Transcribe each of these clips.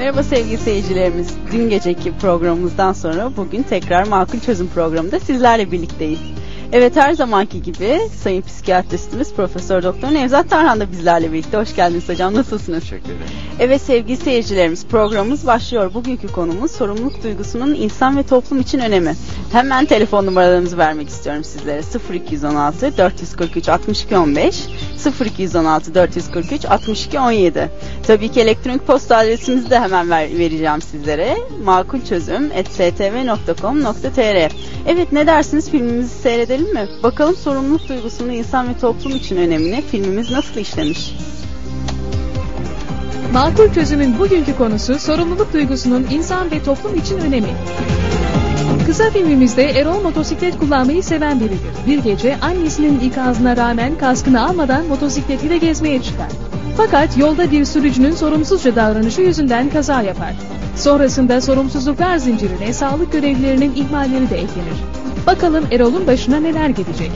Merhaba sevgili seyircilerimiz. Dün geceki programımızdan sonra bugün tekrar Makul Çözüm programında sizlerle birlikteyiz. Evet, her zamanki gibi Sayın Psikiyatristimiz Profesör Doktor Nevzat Tarhan da bizlerle birlikte. Hoş geldiniz hocam. Nasılsınız? Teşekkür ederim. Evet sevgili seyircilerimiz, programımız başlıyor. Bugünkü konumuz sorumluluk duygusunun insan ve toplum için önemi. Hemen telefon numaralarımızı vermek istiyorum sizlere. 0216 443 62 15 0216 443 62 17. Tabii ki elektronik posta adresimizi de hemen vereceğim sizlere. makulçözüm@stv.com.tr. Evet, ne dersiniz, filmimizi seyredelim mi? Bakalım sorumluluk duygusunun insan ve toplum için önemini filmimiz nasıl işlemiş? Makul Çözüm'ün bugünkü konusu sorumluluk duygusunun insan ve toplum için önemi. Kısa filmimizde Erol motosiklet kullanmayı seven biridir. Bir gece annesinin ikazına rağmen kaskını almadan motosikletiyle gezmeye çıkar. Fakat yolda bir sürücünün sorumsuzca davranışı yüzünden kaza yapar. Sonrasında sorumsuzluklar zincirine sağlık görevlilerinin ihmalleri de eklenir. Bakalım Erol'un başına neler gelecek?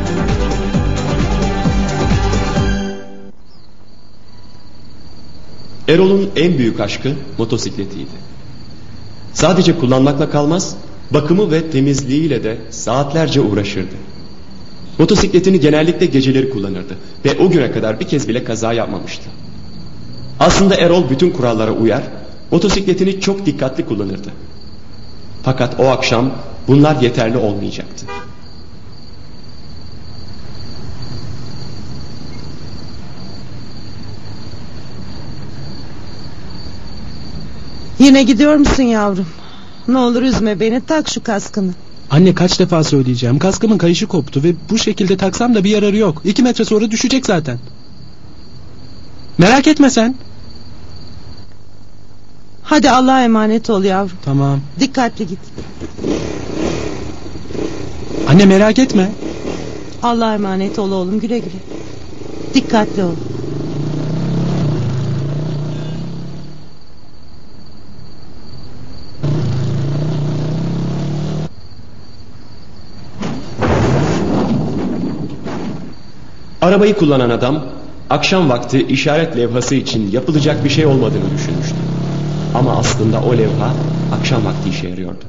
Erol'un en büyük aşkı motosikletiydi. Sadece kullanmakla kalmaz, bakımı ve temizliğiyle de saatlerce uğraşırdı. Motosikletini genellikle geceleri kullanırdı ve o güne kadar bir kez bile kaza yapmamıştı. Aslında Erol bütün kurallara uyar, motosikletini çok dikkatli kullanırdı. Fakat o akşam bunlar yeterli olmayacaktı. Yine gidiyor musun yavrum? Ne olur üzme beni, tak şu kaskını. Anne, kaç defa söyleyeceğim, kaskımın kayışı koptu ve bu şekilde taksam da bir yararı yok. 2 metre sonra düşecek zaten. Merak etme sen. Hadi Allah'a emanet ol yavrum. Tamam. Dikkatli git. Anne, merak etme. Allah'a emanet ol oğlum, güle güle. Dikkatli ol. Arabayı kullanan adam akşam vakti işaret levhası için yapılacak bir şey olmadığını düşünmüştü. Ama aslında o levha akşam vakti işe yarıyordu.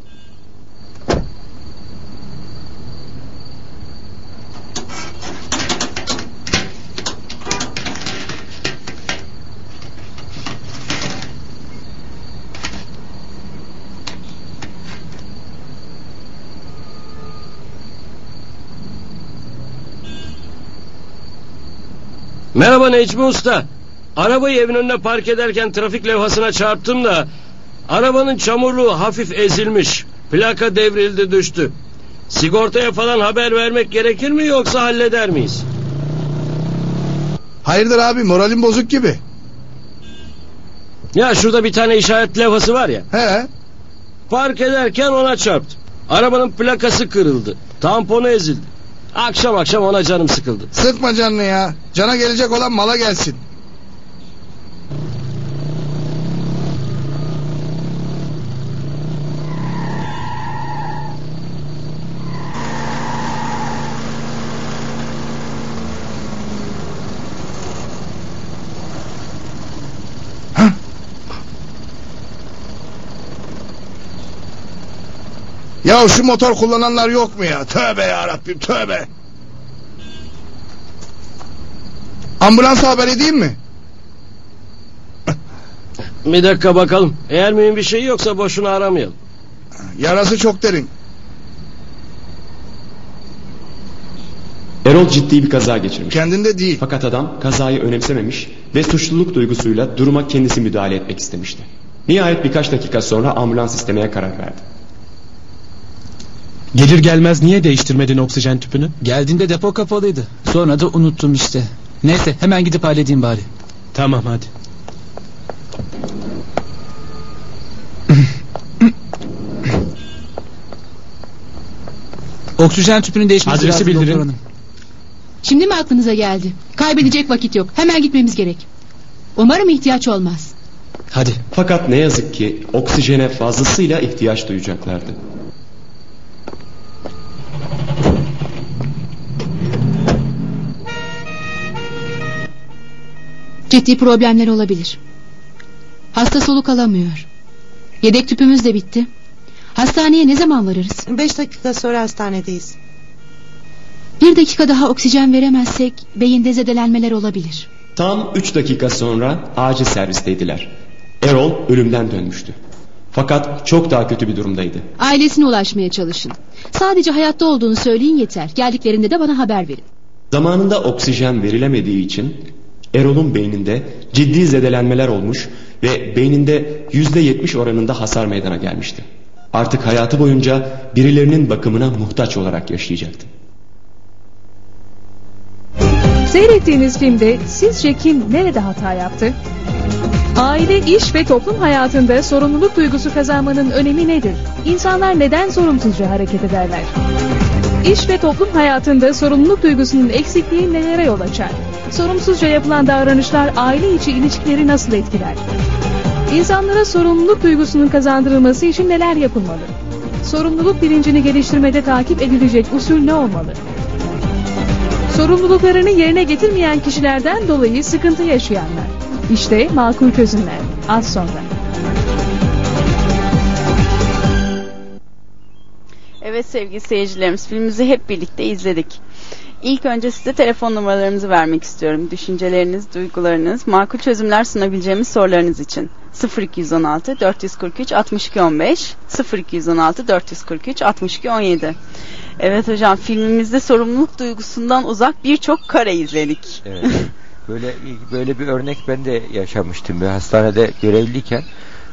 Merhaba Necmi Usta. Arabayı evin önüne park ederken trafik levhasına çarptım da arabanın çamurluğu hafif ezilmiş. Plaka devrildi, düştü. Sigortaya falan haber vermek gerekir mi, yoksa halleder miyiz? Hayırdır abi, moralim bozuk gibi. Ya şurada bir tane işaret levhası var ya. He. Park ederken ona çarptım. Arabanın plakası kırıldı. Tamponu ezildi. Akşam akşam ona canım sıkıldı. Sıkma canını ya. Cana gelecek olan mala gelsin. Ya şu motor kullananlar yok mu ya? Tövbe ya Rabbim, tövbe. Ambulans haber edeyim mi? Bir dakika bakalım. Eğer mühim bir şey yoksa boşuna aramayalım. Yarası çok derin. Erol ciddi bir kaza geçirmiş. Kendinde değil. Fakat adam kazayı önemsememiş ve suçluluk duygusuyla duruma kendisi müdahale etmek istemişti. Nihayet birkaç dakika sonra ambulans istemeye karar verdi. Gelir gelmez niye değiştirmedin oksijen tüpünü? Geldiğinde depo kapalıydı. Sonra da unuttum işte. Neyse, hemen gidip halledeyim bari. Tamam, hadi. Oksijen tüpünün değişmesi Adresi lazım bildirin. doktor hanım. Şimdi mi aklınıza geldi? Kaybedecek vakit yok. Hemen gitmemiz gerek. Umarım ihtiyaç olmaz. Hadi. Fakat ne yazık ki oksijene fazlasıyla ihtiyaç duyacaklardı. Ciddi problemler olabilir. Hasta soluk alamıyor. Yedek tüpümüz de bitti. Hastaneye ne zaman varırız? 5 dakika sonra hastanedeyiz. 1 dakika daha oksijen veremezsek beyinde zedelenmeler olabilir. Tam 3 dakika sonra acil servisteydiler. Erol ölümden dönmüştü. Fakat çok daha kötü bir durumdaydı. Ailesine ulaşmaya çalışın. Sadece hayatta olduğunu söyleyin yeter. Geldiklerinde de bana haber verin. Zamanında oksijen verilemediği için Erol'un beyninde ciddi zedelenmeler olmuş ve beyninde %70 oranında hasar meydana gelmişti. Artık hayatı boyunca birilerinin bakımına muhtaç olarak yaşayacaktı. Seyrettiğiniz filmde sizce kim nerede hata yaptı? Aile, iş ve toplum hayatında sorumluluk duygusu kazanmanın önemi nedir? İnsanlar neden sorumsuzca hareket ederler? İş ve toplum hayatında sorumluluk duygusunun eksikliği nelere yol açar? Sorumsuzca yapılan davranışlar aile içi ilişkileri nasıl etkiler? İnsanlara sorumluluk duygusunun kazandırılması için neler yapılmalı? Sorumluluk bilincini geliştirmede takip edilecek usul ne olmalı? Sorumluluklarını yerine getirmeyen kişilerden dolayı sıkıntı yaşayanlar. İşte makul çözümler. Az sonra. Evet sevgili seyircilerimiz, filmimizi hep birlikte izledik. İlk önce size telefon numaralarımızı vermek istiyorum. Düşünceleriniz, duygularınız, makul çözümler sunabileceğimiz sorularınız için. 0216 443 62 15 0216 443 62 17. Evet hocam, filmimizde sorumluluk duygusundan uzak birçok kare izledik. Evet. Böyle bir örnek ben de yaşamıştım. Bir hastanede görevliyken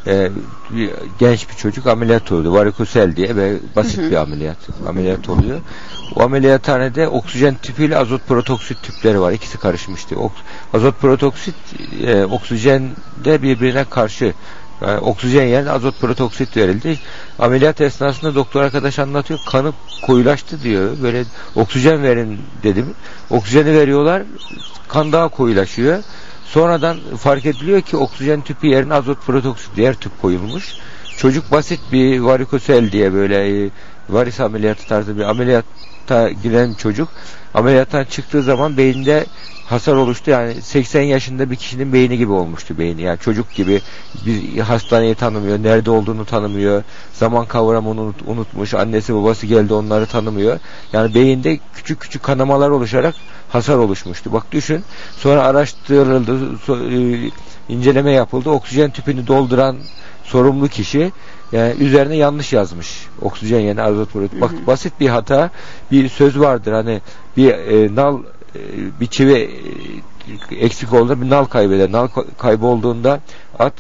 genç bir çocuk ameliyat oldu. Varikosel diye ve basit bir ameliyat oluyor. O ameliyathanede oksijen tüpüyle azot protoksit tüpleri var. İkisi karışmıştı. Azot protoksit oksijende birbirine karşı, oksijen yerine azot protoksit verildi. Ameliyat esnasında doktor arkadaş anlatıyor. Kanı koyulaştı diyor. Böyle oksijen verin dedim. Oksijeni veriyorlar. Kan daha koyulaşıyor. Sonradan fark ediliyor ki oksijen tüpü yerine azot protoksit diğer tüp koyulmuş. Çocuk basit bir varikosel diye böyle varis ameliyatı tarzı bir ameliyatta giren çocuk ameliyattan çıktığı zaman beyinde hasar oluştu. Yani 80 yaşında bir kişinin beyni gibi olmuştu beyni. Yani çocuk gibi, bir hastaneyi tanımıyor, nerede olduğunu tanımıyor, zaman kavramını unutmuş, annesi babası geldi onları tanımıyor. Yani beyinde küçük küçük kanamalar oluşarak hasar oluşmuştu. Bak düşün, sonra araştırıldı, inceleme yapıldı. Oksijen tüpünü dolduran sorumlu kişi yani üzerine yanlış yazmış. Oksijen yerine azot protoksit. Bak basit bir hata, bir söz vardır hani bir bir çivi eksik olduğunda bir nal kaybeder. Nal kaybolduğunda at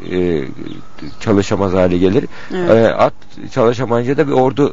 çalışamaz hale gelir. Evet. At çalışamayınca da bir ordu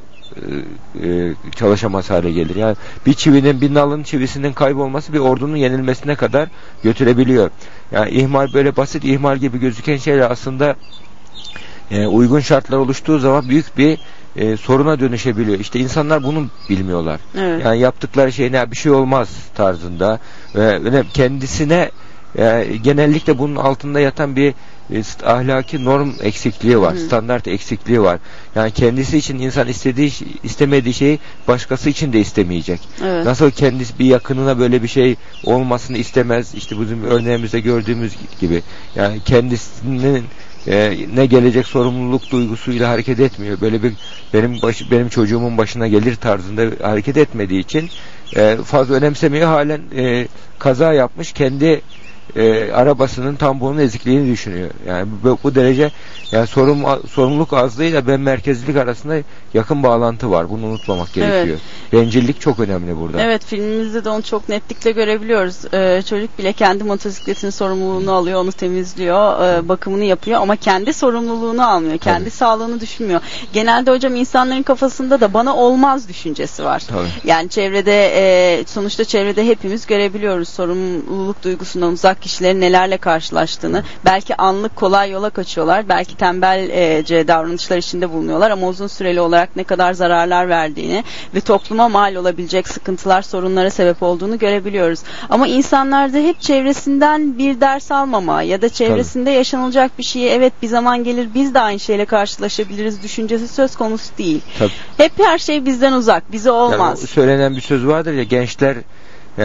çalışamaz hale gelir. Yani bir nalın çivisinin kaybolması bir ordunun yenilmesine kadar götürebiliyor. Yani ihmal, böyle basit ihmal gibi gözüken şeyler aslında uygun şartlar oluştuğu zaman büyük bir soruna dönüşebiliyor. İşte insanlar bunu bilmiyorlar. Evet. Yani yaptıkları şey ne, bir şey olmaz tarzında ve kendisine genellikle bunun altında yatan bir ahlaki norm eksikliği var. Standart eksikliği var. Yani kendisi için insan istemediği şeyi başkası için de istemeyecek. Evet. Nasıl kendisi bir yakınına böyle bir şey olmasını istemez. İşte bizim örneğimizde gördüğümüz gibi. Yani kendisinin ne gelecek sorumluluk duygusuyla hareket etmiyor. Böyle bir benim çocuğumun başına gelir tarzında hareket etmediği için fazla önemsemiyor. Halen kaza yapmış, kendi arabasının tamponun ezikliğini düşünüyor. Yani bu derece, yani sorumluluk azlığıyla ben merkezlilik arasında yakın bağlantı var. Bunu unutmamak gerekiyor. Evet. Bencillik çok önemli burada. Evet, filmimizde de onu çok netlikle görebiliyoruz. Çocuk bile kendi motosikletinin sorumluluğunu alıyor, onu temizliyor, bakımını yapıyor ama kendi sorumluluğunu almıyor. Kendi sağlığını düşünmüyor. Genelde hocam insanların kafasında da bana olmaz düşüncesi var. Tabii. Yani çevrede sonuçta çevrede hepimiz görebiliyoruz sorumluluk duygusundan uzak kişilerin nelerle karşılaştığını. Belki anlık kolay yola kaçıyorlar. Belki tembelce davranışlar içinde bulunuyorlar ama uzun süreli olarak ne kadar zararlar verdiğini ve topluma mal olabilecek sıkıntılar, sorunlara sebep olduğunu görebiliyoruz. Ama insanlarda hep çevresinden bir ders almama ya da çevresinde yaşanılacak bir şeyi evet bir zaman gelir biz de aynı şeyle karşılaşabiliriz düşüncesi söz konusu değil. Tabii. Hep her şey bizden uzak, bize olmaz. Yani söylenen bir söz vardır ya, gençler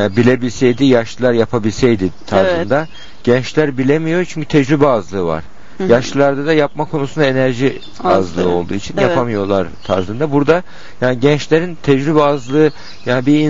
bilebilseydi, yaşlılar yapabilseydi tarzında. Evet. Gençler bilemiyor çünkü tecrübe azlığı var. Yaşlılarda da yapma konusunda enerji azlığı olduğu için yapamıyorlar tarzında. Burada yani gençlerin tecrübe azlığı, yani bir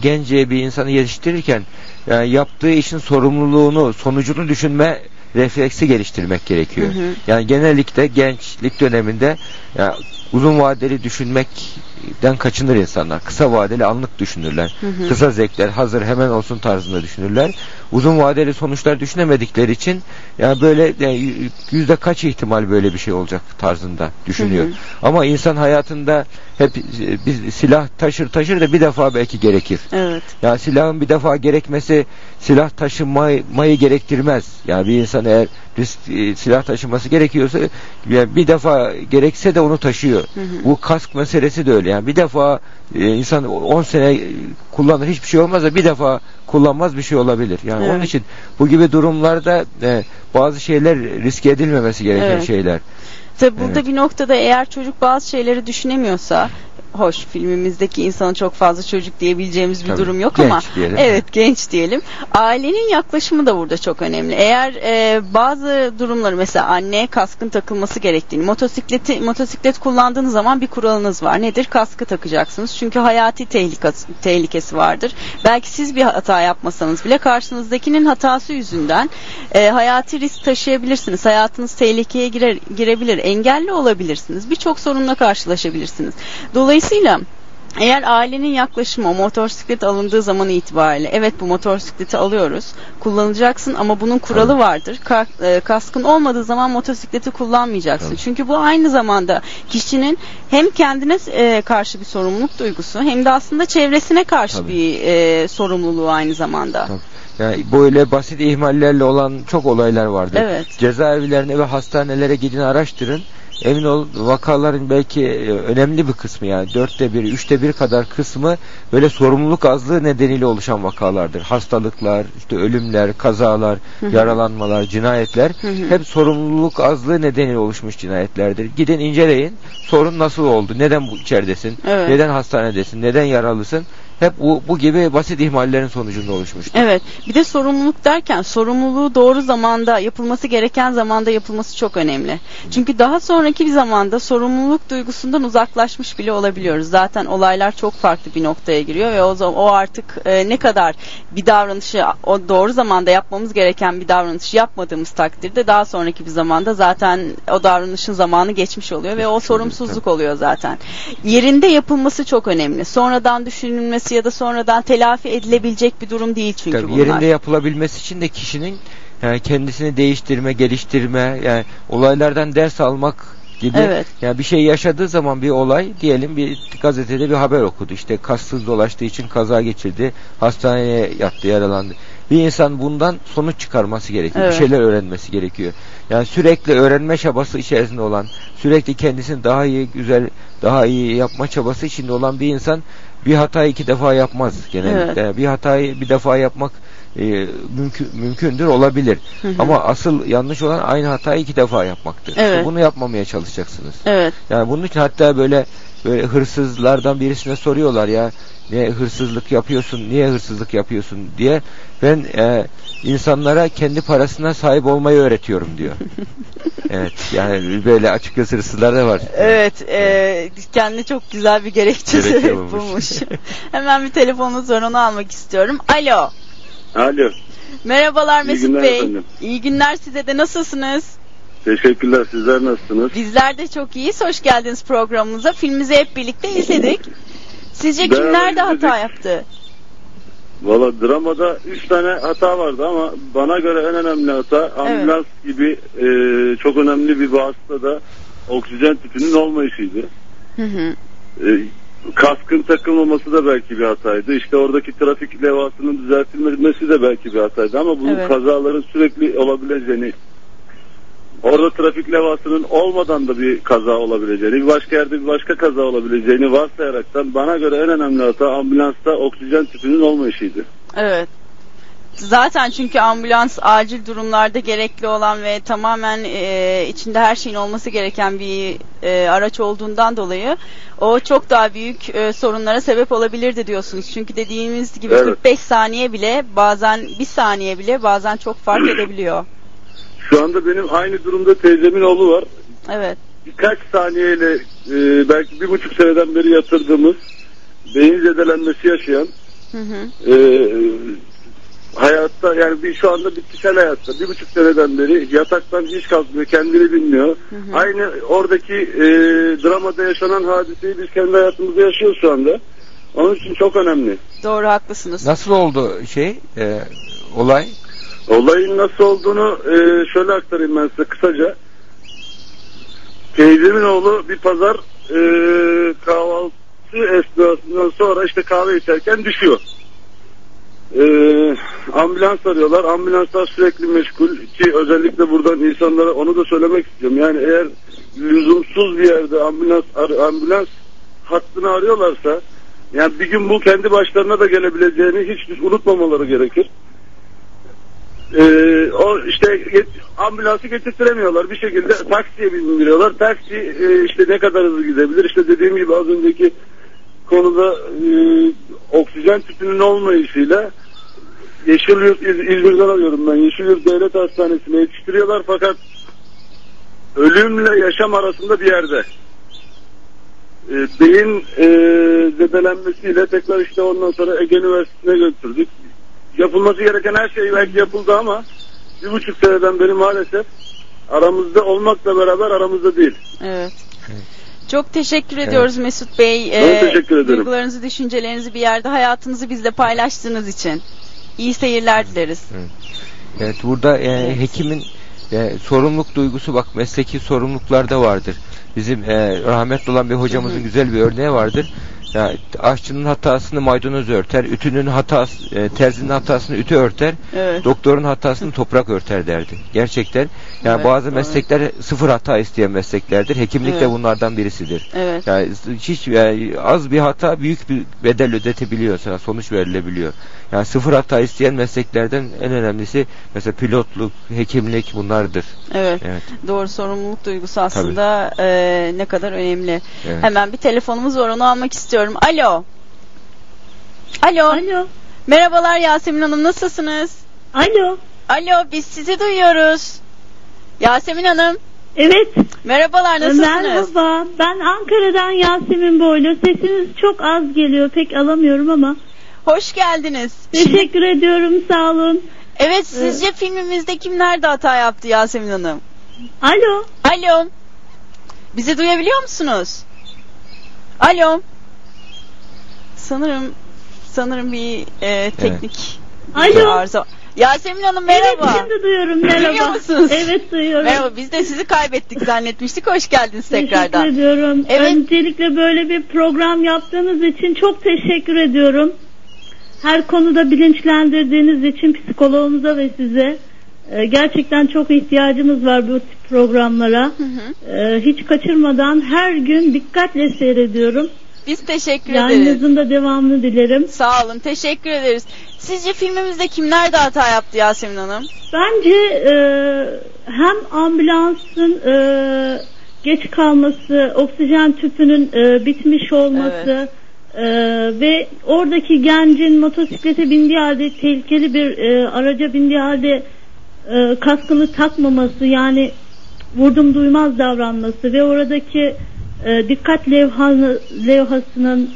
insanı yetiştirirken yani yaptığı işin sorumluluğunu, sonucunu düşünme refleksi geliştirmek gerekiyor. Yani genellikle gençlik döneminde yani uzun vadeli düşünmekten kaçınır insanlar. Kısa vadeli anlık düşünürler. Kısa zevkler, hazır hemen olsun tarzında düşünürler. Uzun vadeli sonuçlar düşünemedikleri için yani böyle yüzde kaç ihtimal böyle bir şey olacak tarzında düşünüyor. Ama insan hayatında hep bir silah taşır da bir defa belki gerekir. Yani silahın bir defa gerekmesi silah taşımayı gerektirmez. Yani bir insan eğer silah taşıması gerekiyorsa yani bir defa gerekse de onu taşıyor. Bu kask meselesi de öyle. Yani bir defa insan 10 sene kullanır, hiçbir şey olmaz da bir defa kullanmaz, bir şey olabilir. Yani onun için bu gibi durumlarda bazı şeyler riske edilmemesi gereken şeyler. Tabii burada bir noktada eğer çocuk bazı şeyleri düşünemiyorsa, hoş filmimizdeki insana çok fazla çocuk diyebileceğimiz bir durum yok ama diyelim. Genç diyelim. Ailenin yaklaşımı da burada çok önemli. Eğer bazı durumları, mesela anneye kaskın takılması gerektiğini, motosiklet kullandığınız zaman bir kuralınız var. Nedir? Kaskı takacaksınız. Çünkü hayati tehlikesi vardır. Belki siz bir hata yapmasanız bile karşınızdakinin hatası yüzünden hayati risk taşıyabilirsiniz. Hayatınız tehlikeye girebilir. Engelli olabilirsiniz. Birçok sorunla karşılaşabilirsiniz. Dolayısıyla eğer ailenin yaklaşımı o motosiklet alındığı zaman itibariyle, evet bu motosikleti alıyoruz, kullanacaksın ama bunun kuralı vardır. Kaskın olmadığı zaman motosikleti kullanmayacaksın. Çünkü bu aynı zamanda kişinin hem kendine karşı bir sorumluluk duygusu hem de aslında çevresine karşı bir sorumluluğu aynı zamanda. Yani böyle basit ihmallerle olan çok olaylar vardır. Cezaevlerine ve hastanelere gidin, araştırın. Emin ol, vakaların belki önemli bir kısmı, yani 1/4, 3/1 kadar kısmı böyle sorumluluk azlığı nedeniyle oluşan vakalardır. Hastalıklar, işte ölümler, kazalar, yaralanmalar, cinayetler hep sorumluluk azlığı nedeniyle oluşmuş cinayetlerdir. Gidin inceleyin, sorun nasıl oldu, neden bu içeridesin, neden hastanedesin, neden yaralısın. Hep bu gibi basit ihmallerin sonucunda oluşmuştur. Bir de sorumluluk derken sorumluluğu doğru zamanda, yapılması gereken zamanda yapılması çok önemli. Çünkü daha sonraki bir zamanda sorumluluk duygusundan uzaklaşmış bile olabiliyoruz. Zaten olaylar çok farklı bir noktaya giriyor ve o artık ne kadar bir davranışı o doğru zamanda yapmamız gereken bir davranışı yapmadığımız takdirde daha sonraki bir zamanda zaten o davranışın zamanı geçmiş oluyor ve o sorumsuzluk oluyor zaten. Yerinde yapılması çok önemli. Sonradan düşünülmesi ya da sonradan telafi edilebilecek bir durum değil çünkü bunlar. Yerinde yapılabilmesi için de kişinin yani kendisini değiştirme, geliştirme, yani olaylardan ders almak gibi. Yani bir şey yaşadığı zaman, bir olay diyelim, bir gazetede bir haber okudu. İşte kasksız dolaştığı için kaza geçirdi, hastaneye yattı, yaralandı. Bir insan bundan sonuç çıkarması gerekiyor. Bir şeyler öğrenmesi gerekiyor. Yani sürekli öğrenme çabası içerisinde olan, sürekli kendisini daha iyi, güzel, daha iyi yapma çabası içinde olan bir insan bir hatayı 2 defa yapmaz genellikle. Yani bir hatayı bir defa yapmak mümkündür, olabilir. Ama asıl yanlış olan aynı hatayı 2 defa yapmaktır. İşte bunu yapmamaya çalışacaksınız. Yani bunun için hatta böyle hırsızlardan birisine soruyorlar, ya niye hırsızlık yapıyorsun diye. Ben insanlara kendi parasına sahip olmayı öğretiyorum diyor. Yani böyle açık göz hırsızlar da var. Kendine çok güzel bir gerekçesi bulmuş. Hemen bir telefonun sorunu almak istiyorum. Alo. Merhabalar Mesut Bey. Efendim. İyi günler size de, nasılsınız? Teşekkürler, sizler nasılsınız? Bizler de çok iyiyiz. Hoş geldiniz programımıza. Filmimizi hep birlikte izledik. Sizce kimler de hata yaptı? Valla dramada 3 tane hata vardı ama bana göre en önemli hata ambulans gibi çok önemli bir vasıtada da oksijen tüpünün olmayışıydı. Kaskın takılmaması da belki bir hataydı. İşte oradaki trafik levhasının düzeltilmesi de belki bir hataydı ama bu kazaların sürekli olabileceğini, orada trafik levhasının olmadan da bir kaza olabileceğini, bir başka yerde bir başka kaza olabileceğini varsayaraktan bana göre en önemli hata ambulansta oksijen tüpünün olmayışıydı. Zaten çünkü ambulans acil durumlarda gerekli olan ve tamamen içinde her şeyin olması gereken bir araç olduğundan dolayı o çok daha büyük sorunlara sebep olabilirdi diyorsunuz. Çünkü dediğimiz gibi 45 saniye bile, bazen 1 saniye bile bazen çok fark edebiliyor. Şu anda benim aynı durumda teyzemin oğlu var. Evet. Birkaç saniyeyle belki 1,5 seneden beri yatırdığımız beyin zedelenmesi yaşayan hayatta yani şu anda bitkisel hayatta 1,5 seneden beri yataktan hiç kalkmıyor, kendini bilmiyor. Aynı oradaki dramada yaşanan hadiseyi biz kendi hayatımızda yaşıyoruz şu anda. Onun için çok önemli. Doğru, haklısınız. Nasıl oldu olay? Olayın nasıl olduğunu şöyle aktarayım ben size kısaca. Teyzemin oğlu bir pazar kahvaltı esnasından sonra işte kahve içerken düşüyor. Ambulans arıyorlar. Ambulanslar sürekli meşgul ki özellikle buradan insanlara onu da söylemek istiyorum. Yani eğer lüzumsuz bir yerde ambulans hattını arıyorlarsa yani bir gün bu kendi başlarına da gelebileceğini hiç unutmamaları gerekir. O işte ambulansı getirtiremiyorlar. Bir şekilde taksiye bindiriyorlar. Taksi işte ne kadar hızlı gidebilir? İşte dediğim gibi az önceki konuda oksijen tüpünün olmayışıyla Yeşilyurt, İzmir'den arıyorum ben. Yeşilyurt Devlet Hastanesi'ne yetiştiriyorlar fakat ölümle yaşam arasında bir yerde. Beyin zedelenmesiyle tekrar işte ondan sonra Ege Üniversitesi'ne götürdük. Yapılması gereken her şey belki yapıldı ama 1,5 seneden beri maalesef aramızda olmakla beraber aramızda değil. Evet. Çok teşekkür ediyoruz Mesut Bey. Ben teşekkür ederim. Duygularınızı, düşüncelerinizi bir yerde hayatınızı bizle paylaştığınız için. İyi seyirler dileriz. Evet, burada hekimin sorumluluk duygusu, bak mesleki sorumluluklar da vardır. Bizim rahmetli olan bir hocamızın güzel bir örneği vardır. Ya, aşçının hatasını maydanoz örter, ütünün terzinin hatasını ütü örter, doktorun hatasını toprak örter derdi. Gerçekten. Yani bazı meslekler sıfır hata isteyen mesleklerdir. Hekimlik de bunlardan birisidir. Yani hiç az bir hata büyük bir bedel ödetebiliyor, sana sonuç verilebiliyor. Yani sıfır hata isteyen mesleklerden en önemlisi mesela pilotluk, hekimlik bunlardır. Evet. Doğru, sorumluluk duygusu aslında ne kadar önemli. Hemen bir telefonumuz var, onu almak istiyorum. Alo. Merhabalar Yasemin Hanım, nasılsınız? Alo, biz sizi duyuyoruz. Yasemin Hanım. Evet. Merhabalar, nasılsınız? Merhaba, ben Ankara'dan Yasemin Boylu. Sesiniz çok az geliyor, pek alamıyorum ama. Hoş geldiniz. Teşekkür ediyorum, sağ olun. Evet, sizce filmimizde kimler de hata yaptı Yasemin Hanım? Alo. Bizi duyabiliyor musunuz? Alo. Sanırım bir teknik arıza. Yasemin Hanım merhaba. Evet, şimdi duyuyorum, merhaba. Duyuyor musunuz? Evet, duyuyorum. Merhaba, biz de sizi kaybettik zannetmiştik. Hoş geldiniz tekrardan. Teşekkür ediyorum. Evet. Öncelikle böyle bir program yaptığınız için çok teşekkür ediyorum. Her konuda bilinçlendirdiğiniz için psikoloğumuza ve size. Gerçekten çok ihtiyacımız var bu tip programlara. Hiç kaçırmadan her gün dikkatle seyrediyorum. Biz teşekkür ederiz. Yayınınızın da devamını dilerim. Sağ olun, teşekkür ederiz. Sizce filmimizde kimler de hata yaptı Yasemin Hanım? Bence hem ambulansın geç kalması, oksijen tüpünün bitmiş olması ve oradaki gencin motosiklete bindiği halde, tehlikeli bir araca bindiği halde kaskını takmaması, yani vurdum duymaz davranması ve oradaki dikkat levhasının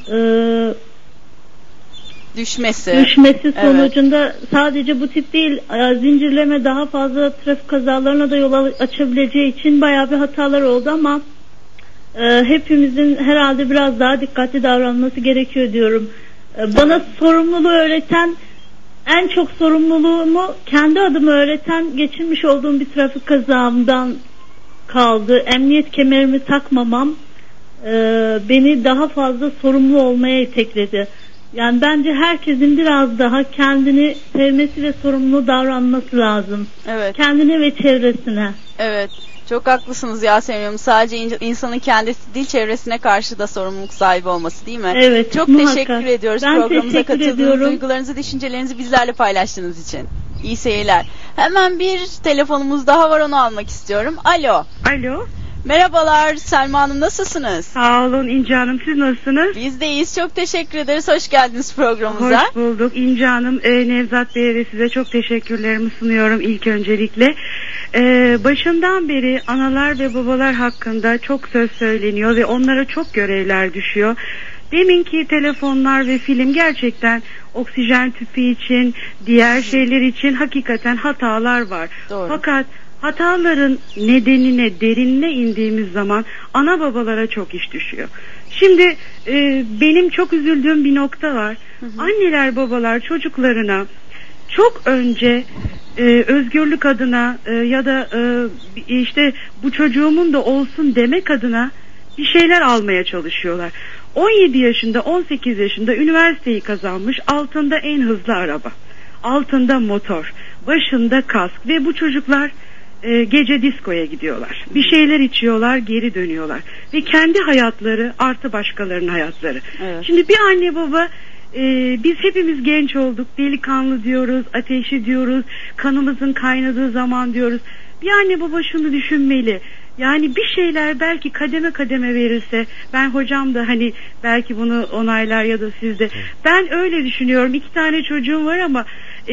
düşmesi sonucunda sadece bu tip değil, zincirleme daha fazla trafik kazalarına da yol açabileceği için bayağı bir hatalar oldu ama hepimizin herhalde biraz daha dikkatli davranması gerekiyor diyorum. Bana sorumluluğu öğreten, en çok sorumluluğumu kendi adıma öğreten geçirmiş olduğum bir trafik kazamdan kaldı. Emniyet kemerimi takmamam beni daha fazla sorumlu olmaya itekledi. Yani bence herkesin biraz daha kendini sevmesi ve sorumlu davranması lazım. Evet. Kendine ve çevresine. Evet. Çok haklısınız Yasemin Hanım. Sadece insanın kendisi değil, çevresine karşı da sorumluluk sahibi olması, değil mi? Evet. Çok muhakkak. teşekkür ediyoruz ben programımıza katıldığınız, duygularınızı, düşüncelerinizi bizlerle paylaştığınız için. İyi seyirler. Hemen bir telefonumuz daha var, onu almak istiyorum. Alo. Merhabalar Selma Hanım, nasılsınız? Sağ olun İnce Hanım, siz nasılsınız? Biz de iyiyiz, çok teşekkür ederiz. Hoş geldiniz programımıza. Hoş bulduk İnce Hanım. Nevzat Bey'e ve size çok teşekkürlerimi sunuyorum ilk öncelikle. Başından beri analar ve babalar hakkında çok söz söyleniyor ve onlara çok görevler düşüyor. Deminki telefonlar ve film gerçekten oksijen tüpü için, diğer şeyler için hakikaten hatalar var. Doğru. Fakat hataların nedenine, derinine indiğimiz zaman ana babalara çok iş düşüyor. Şimdi benim çok üzüldüğüm bir nokta var. Anneler, babalar çocuklarına çok önce özgürlük adına ya da işte bu çocuğumun da olsun demek adına bir şeyler almaya çalışıyorlar. 17 yaşında, 18 yaşında üniversiteyi kazanmış, altında en hızlı araba, altında motor, başında kask ve bu çocuklar gece diskoya gidiyorlar. Bir şeyler içiyorlar, geri dönüyorlar. Ve kendi hayatları artı başkalarının hayatları. Evet. Şimdi bir anne baba, biz hepimiz genç olduk, delikanlı diyoruz, ateşi diyoruz, kanımızın kaynadığı zaman diyoruz. Bir anne baba şunu düşünmeli. Yani bir şeyler belki kademe kademe verirse, ben hocam da hani belki bunu onaylar ya da siz de. Ben öyle düşünüyorum. 2 tane çocuğum var ama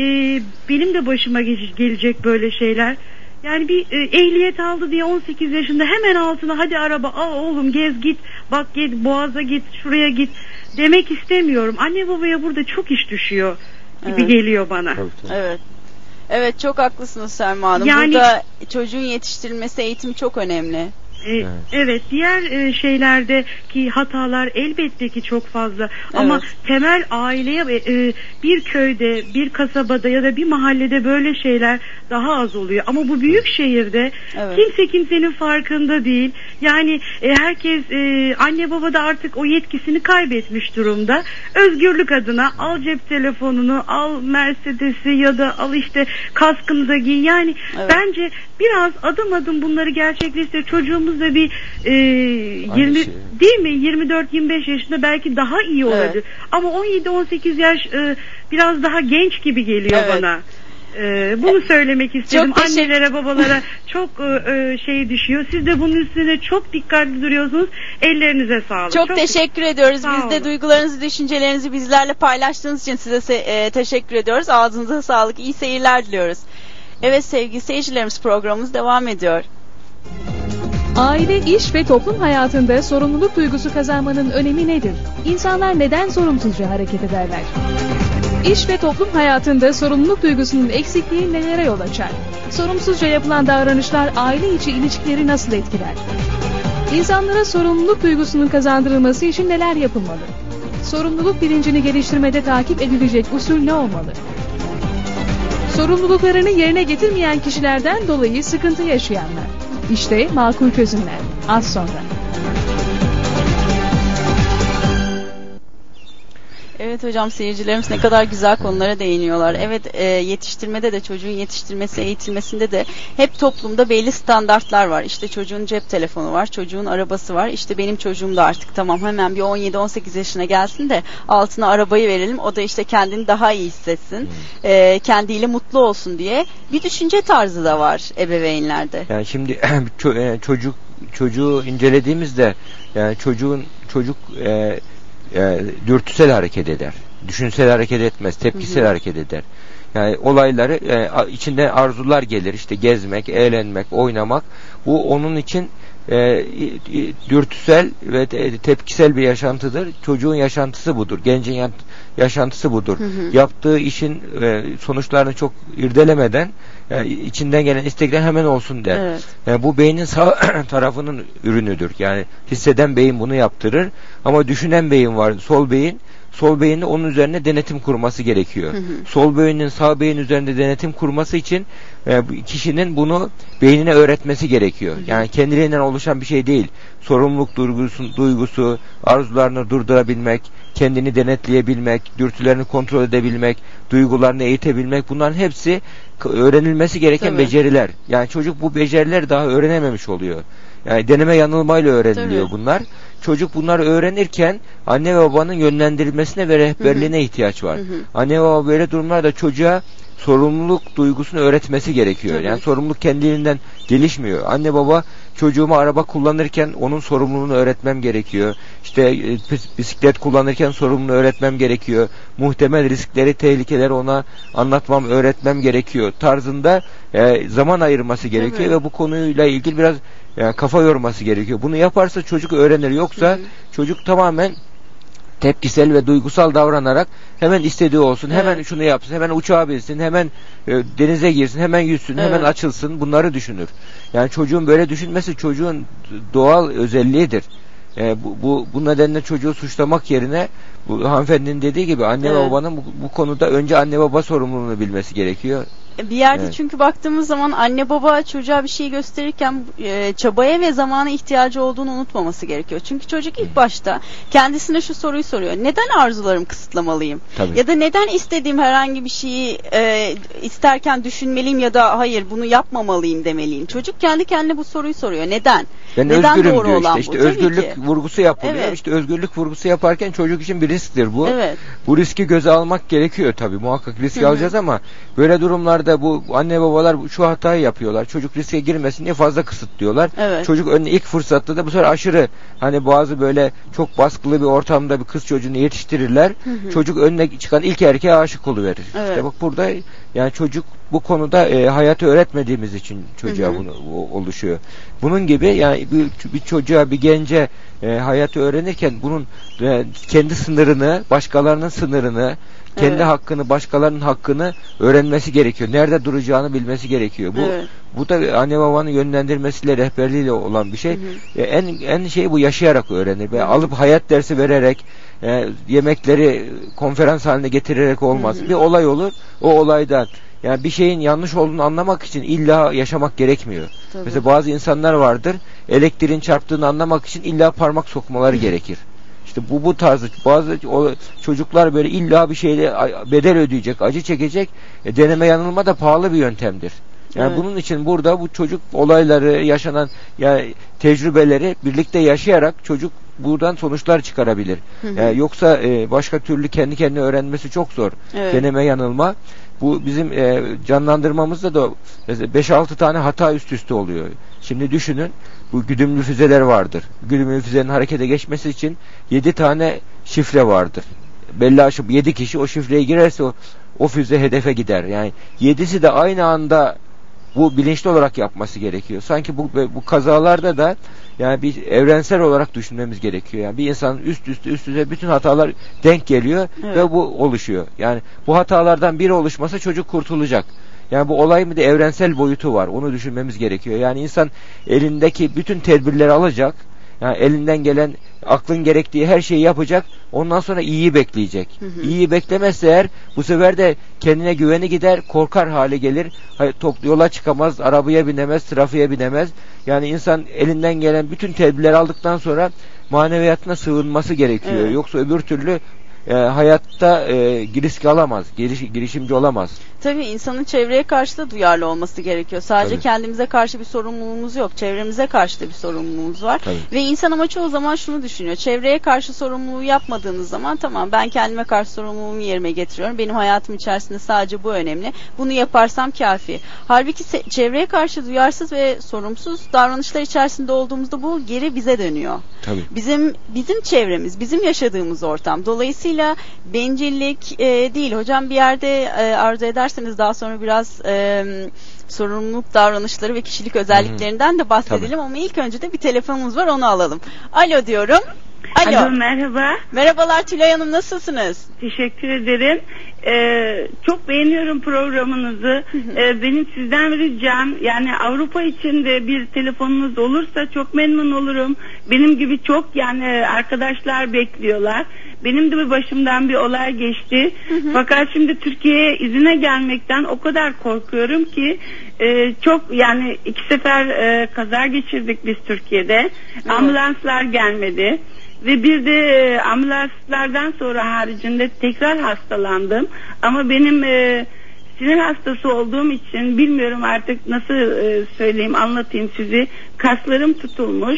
benim de başıma gelecek böyle şeyler. Yani bir ehliyet aldı diye 18 yaşında hemen altına hadi araba al oğlum gez git, bak git Boğaz'a git, şuraya git demek istemiyorum. Anne babaya burada çok iş düşüyor gibi geliyor bana. Evet. Evet, çok haklısınız Selma Hanım. Yani, burada çocuğun yetiştirilmesi, eğitim çok önemli. Evet, diğer şeylerdeki hatalar elbette ki çok fazla ama temel aileye bir köyde, bir kasabada ya da bir mahallede böyle şeyler daha az oluyor ama bu büyük şehirde kimse kimsenin farkında değil. Yani herkes, anne baba da artık o yetkisini kaybetmiş durumda. Özgürlük adına al cep telefonunu, al Mercedes'i ya da al işte kaskını da giy. Yani bence biraz adım adım bunları gerçekleştirip çocuğumuz da bir 20 değil mi 24-25 yaşında belki daha iyi olabilir. Ama 17-18 yaş biraz daha genç gibi geliyor bana. Bunu söylemek istedim. Annelere, babalara çok şey düşüyor. Siz de bunun üstüne çok dikkatli duruyorsunuz. Ellerinize sağlık. Çok teşekkür ediyoruz. Biz de duygularınızı, düşüncelerinizi bizlerle paylaştığınız için size teşekkür ediyoruz. Ağzınıza sağlık. İyi seyirler diliyoruz. Evet sevgili seyircilerimiz, programımız devam ediyor. Aile, iş ve toplum hayatında sorumluluk duygusu kazanmanın önemi nedir? İnsanlar neden sorumsuzca hareket ederler? İş ve toplum hayatında sorumluluk duygusunun eksikliği nelere yol açar? Sorumsuzca yapılan davranışlar aile içi ilişkileri nasıl etkiler? İnsanlara sorumluluk duygusunun kazandırılması için neler yapılmalı? Sorumluluk bilincini geliştirmede takip edilecek usul ne olmalı? Sorumluluklarını yerine getirmeyen kişilerden dolayı sıkıntı yaşayanlar. İşte makul çözümler. Az sonra. Evet hocam, seyircilerimiz ne kadar güzel konulara değiniyorlar. Evet, yetiştirmede de, çocuğun yetiştirmesi, eğitilmesinde de hep toplumda belli standartlar var. İşte çocuğun cep telefonu var, çocuğun arabası var. İşte benim çocuğum da artık tamam hemen bir 17-18 yaşına gelsin de altına arabayı verelim. O da işte kendini daha iyi hissetsin, kendiyle mutlu olsun diye bir düşünce tarzı da var ebeveynlerde. Yani şimdi çocuğu incelediğimizde yani çocuk dürtüsel hareket eder. Düşünsel hareket etmez. Tepkisel hareket eder. Yani olayları içinde arzular gelir. İşte gezmek, eğlenmek, oynamak. Bu onun için dürtüsel ve tepkisel bir yaşantıdır. Çocuğun yaşantısı budur. Gencin yaşantısı budur. Yaptığı işin sonuçlarını çok irdelemeden içinden gelen istekler hemen olsun der. Evet. Yani bu beynin sağ tarafının ürünüdür. Yani hisseden beyin bunu yaptırır. Ama düşünen beyin var. Sol beyinde onun üzerine denetim kurması gerekiyor. Sol beynin sağ beyin üzerinde denetim kurması için kişinin bunu beynine öğretmesi gerekiyor. Yani kendiliğinden oluşan bir şey değil. Sorumluluk duygusu, arzularını durdurabilmek, kendini denetleyebilmek, dürtülerini kontrol edebilmek, duygularını eğitebilmek, bunların hepsi öğrenilmesi gereken beceriler. Yani çocuk bu becerileri daha öğrenememiş oluyor. Yani deneme yanılmayla öğreniliyor bunlar. Çocuk bunları öğrenirken anne ve babanın yönlendirilmesine ve rehberliğine ihtiyaç var. Anne ve baba böyle durumlarda çocuğa sorumluluk duygusunu öğretmesi gerekiyor. Tabii. Yani sorumluluk kendiliğinden gelişmiyor. Anne baba çocuğuma araba kullanırken onun sorumluluğunu öğretmem gerekiyor. İşte bisiklet kullanırken sorumluluğunu öğretmem gerekiyor. Muhtemel riskleri, tehlikeleri ona anlatmam, öğretmem gerekiyor tarzında zaman ayırması gerekiyor. Tabii. Ve bu konuyla ilgili biraz kafa yorması gerekiyor. Bunu yaparsa çocuk öğrenir. Yoksa çocuk tamamen tepkisel ve duygusal davranarak hemen istediği olsun, hemen şunu yapsın, hemen uçağa binsin, hemen denize girsin, hemen yüzsün, hemen açılsın, bunları düşünür. Yani çocuğun böyle düşünmesi çocuğun doğal özelliğidir. Bu nedenle çocuğu suçlamak yerine bu hanımefendinin dediği gibi anne ve babanın bu konuda önce anne baba sorumluluğunu bilmesi gerekiyor. Bir yerde çünkü baktığımız zaman anne baba çocuğa bir şey gösterirken çabaya ve zamana ihtiyacı olduğunu unutmaması gerekiyor. Çünkü çocuk ilk başta kendisine şu soruyu soruyor. Neden arzularımı kısıtlamalıyım? Tabii. Ya da neden istediğim herhangi bir şeyi isterken düşünmeliyim ya da hayır bunu yapmamalıyım demeliyim. Çocuk kendi kendine bu soruyu soruyor. Neden? Ben neden özgürüm doğru diyor olan işte. bu? Özgürlük vurgusu yapılıyor. Evet. İşte özgürlük vurgusu yaparken çocuk için bir risktir bu. Evet. Bu riski göze almak gerekiyor tabii. Muhakkak risk alacağız ama böyle durumlarda bu anne babalar şu hatayı yapıyorlar. Çocuk riske girmesin diye fazla kısıtlıyorlar. Evet. Çocuk önüne ilk fırsatta da bu sefer aşırı bazı böyle çok baskılı bir ortamda bir kız çocuğunu yetiştirirler. Çocuk önüne çıkan ilk erkeğe aşık oluverir. Evet. İşte bak burada yani çocuk bu konuda hayatı öğretmediğimiz için çocuğa bunu oluşuyor. Bunun gibi yani bir çocuğa, bir gence hayatı öğrenirken bunun kendi sınırını, başkalarının sınırını, kendi hakkını, başkalarının hakkını öğrenmesi gerekiyor. Nerede duracağını bilmesi gerekiyor. Bu da anne babanın yönlendirmesiyle, rehberliğiyle olan bir şey. En şey bu, yaşayarak öğrenir. Ve alıp hayat dersi vererek, yemekleri konferans haline getirerek olmaz. Bir olay olur. O olaydan yani bir şeyin yanlış olduğunu anlamak için illa yaşamak gerekmiyor. Tabii. Mesela bazı insanlar vardır. Elektriğin çarptığını anlamak için illa parmak sokmaları gerekir. İşte bu tarzı bazı çocuklar böyle illa bir şeyle bedel ödeyecek, acı çekecek. Deneme yanılma da pahalı bir yöntemdir. Yani bunun için burada bu çocuk olayları, yaşanan tecrübeleri birlikte yaşayarak çocuk buradan sonuçlar çıkarabilir. Yoksa başka türlü kendi kendine öğrenmesi çok zor. Deneme yanılma. Bu bizim canlandırmamızda da 5-6 tane hata üst üste oluyor. Şimdi düşünün, bu güdümlü füzeler vardır. Güdümlü füzenin harekete geçmesi için 7 tane şifre vardır. Belli aşıp 7 kişi o şifreye girerse o füze hedefe gider. Yani 7'si de aynı anda bu bilinçli olarak yapması gerekiyor. Sanki bu kazalarda da yani bir evrensel olarak düşünmemiz gerekiyor. Yani bir insanın üst üste bütün hatalar denk geliyor ve bu oluşuyor. Yani bu hatalardan biri oluşmasa çocuk kurtulacak. Yani bu olayın bir de evrensel boyutu var. Onu düşünmemiz gerekiyor. Yani insan elindeki bütün tedbirleri alacak. Yani elinden gelen, aklın gerektiği her şeyi yapacak. Ondan sonra iyiyi bekleyecek. İyiyi beklemezse eğer bu sefer de kendine güveni gider, korkar hale gelir. Yola çıkamaz, arabaya binemez, trafiğe binemez. Yani insan elinden gelen bütün tedbirleri aldıktan sonra maneviyatına sığınması gerekiyor. Yoksa öbür türlü hayatta risk alamaz, girişimci olamaz. Tabii insanın çevreye karşı da duyarlı olması gerekiyor. Sadece kendimize karşı bir sorumluluğumuz yok. Çevremize karşı da bir sorumluluğumuz var. Ve insan ama çoğu zaman şunu düşünüyor. Çevreye karşı sorumluluğu yapmadığınız zaman tamam ben kendime karşı sorumluluğumu yerime getiriyorum. Benim hayatım içerisinde sadece bu önemli. Bunu yaparsam kafi. Halbuki çevreye karşı duyarsız ve sorumsuz davranışlar içerisinde olduğumuzda bu geri bize dönüyor. Tabii. Bizim çevremiz, bizim yaşadığımız ortam. Dolayısıyla bencillik değil. Hocam bir yerde arzu ederseniz daha sonra biraz sorumluluk davranışları ve kişilik özelliklerinden de bahsedelim ama ilk önce de bir telefonumuz var, onu alalım. Alo diyorum. Alo, merhaba. Merhabalar Tülay Hanım, nasılsınız? Teşekkür ederim. Çok beğeniyorum programınızı. Benim sizden ricam, yani Avrupa için de bir telefonunuz olursa çok memnun olurum. Benim gibi çok arkadaşlar bekliyorlar. Benim de başımdan bir olay geçti. Fakat şimdi Türkiye'ye izine gelmekten o kadar korkuyorum ki çok 2 sefer kaza geçirdik biz Türkiye'de. Ambulanslar gelmedi. Ve bir de ambulanslardan sonra haricinde tekrar hastalandım. Ama benim sinir hastası olduğum için bilmiyorum artık nasıl anlatayım sizi. Kaslarım tutulmuş.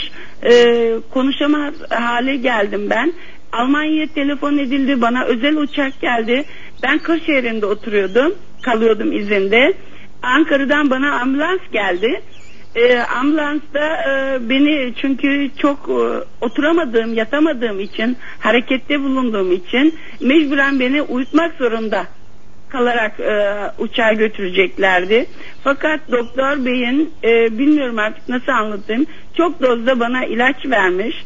Konuşamaz hale geldim ben. Almanya'ya telefon edildi, bana özel uçak geldi. Ben Kırşehir'inde oturuyordum. kalıyordum izinde. Ankara'dan bana ambulans geldi. Ambulansta beni, çünkü çok oturamadığım, yatamadığım için, harekette bulunduğum için mecburen beni uyutmak zorunda kalarak uçağa götüreceklerdi. Fakat doktor beyin, bilmiyorum artık nasıl anlatayım, çok dozda bana ilaç vermiş.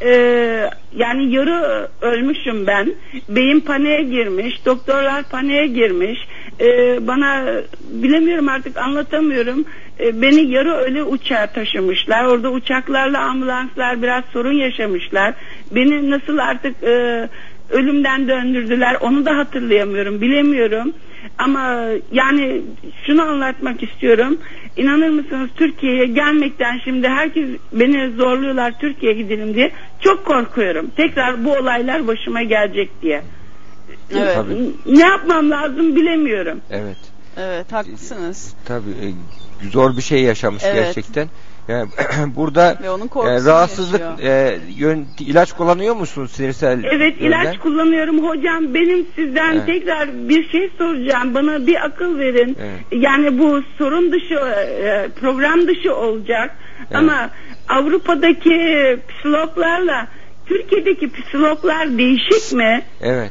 Yani yarı ölmüşüm ben. Beyin paniğe girmiş, doktorlar paniğe girmiş. Bana, bilemiyorum artık, anlatamıyorum. Beni yarı ölü uçağa taşımışlar. Orada uçaklarla ambulanslar biraz sorun yaşamışlar. Beni nasıl artık ölümden döndürdüler onu da hatırlayamıyorum, bilemiyorum. Ama yani şunu anlatmak istiyorum. İnanır mısınız, Türkiye'ye gelmekten şimdi herkes beni zorluyorlar, Türkiye'ye gidelim diye. Çok korkuyorum. Tekrar bu olaylar başıma gelecek diye. Evet. Ne yapmam lazım bilemiyorum. Evet. Evet, haklısınız. Tabii zor bir şey yaşamış gerçekten. Yani burada rahatsızlık, ilaç kullanıyor musunuz sinirsel? Evet, ilaç kullanıyorum hocam. Benim sizden tekrar bir şey soracağım. Bana bir akıl verin. Yani bu sorun dışı, program dışı olacak. Ama Avrupa'daki psikologlarla Türkiye'deki psikologlar değişik mi? Evet.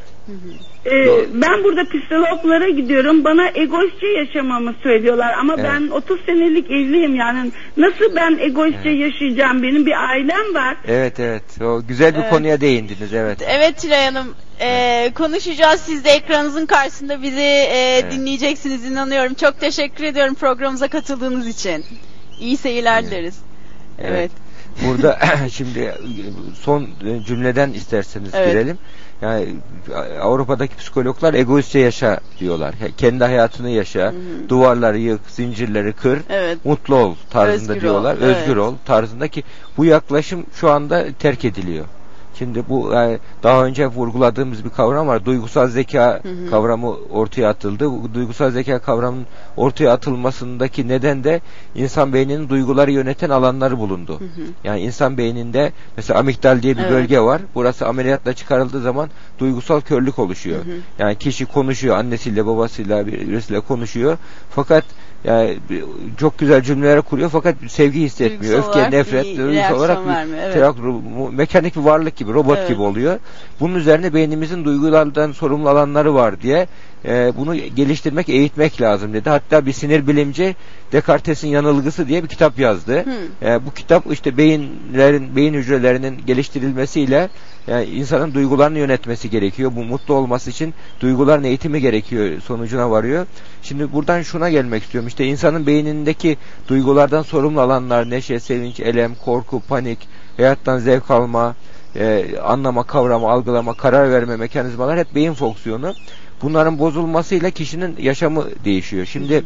Ben burada psikologlara gidiyorum, bana egoistçe yaşamamı söylüyorlar ama ben 30 senelik evliyim, yani nasıl ben egoistçe yaşayacağım, benim bir ailem var. Evet, o güzel bir konuya değindiniz. Evet Tülay Hanım, konuşacağız, siz de ekranınızın karşısında bizi dinleyeceksiniz, inanıyorum. Çok teşekkür ediyorum programımıza katıldığınız için. İyi seyirler dileriz. Evet. Burada şimdi son cümleden isterseniz girelim. Yani Avrupa'daki psikologlar egoistçe yaşa diyorlar. Kendi hayatını yaşa, duvarları yık, zincirleri kır, mutlu ol tarzında özgür diyorlar. Ol. Özgür ol tarzında, ki bu yaklaşım şu anda terk ediliyor. Şimdi bu daha önce vurguladığımız bir kavram var. Duygusal zeka kavramı ortaya atıldı. Bu duygusal zeka kavramının ortaya atılmasındaki neden de insan beyninin duyguları yöneten alanları bulundu. Yani insan beyninde mesela amigdal diye bir bölge var. Burası ameliyatla çıkarıldığı zaman duygusal körlük oluşuyor. Yani kişi konuşuyor, annesiyle, babasıyla, birisiyle konuşuyor. Fakat yani çok güzel cümleler kuruyor fakat sevgi hissetmiyor. Öfke, nefret, duygusal olarak mekanik bir varlık gibi, robot gibi oluyor. Bunun üzerine beynimizin duygulardan sorumlu alanları var diye bunu geliştirmek, eğitmek lazım dedi. Hatta bir sinir bilimci Descartes'in Yanılgısı diye bir kitap yazdı. Bu kitap işte beyin hücrelerinin geliştirilmesiyle yani insanın duygularını yönetmesi gerekiyor. Bu mutlu olması için duyguların eğitimi gerekiyor sonucuna varıyor. Şimdi buradan şuna gelmek istiyorum. İşte insanın beynindeki duygulardan sorumlu alanlar neşe, sevinç, elem, korku, panik, hayattan zevk alma, anlama, kavrama, algılama, karar verme mekanizmalar hep beyin fonksiyonu. Bunların bozulmasıyla kişinin yaşamı değişiyor. Şimdi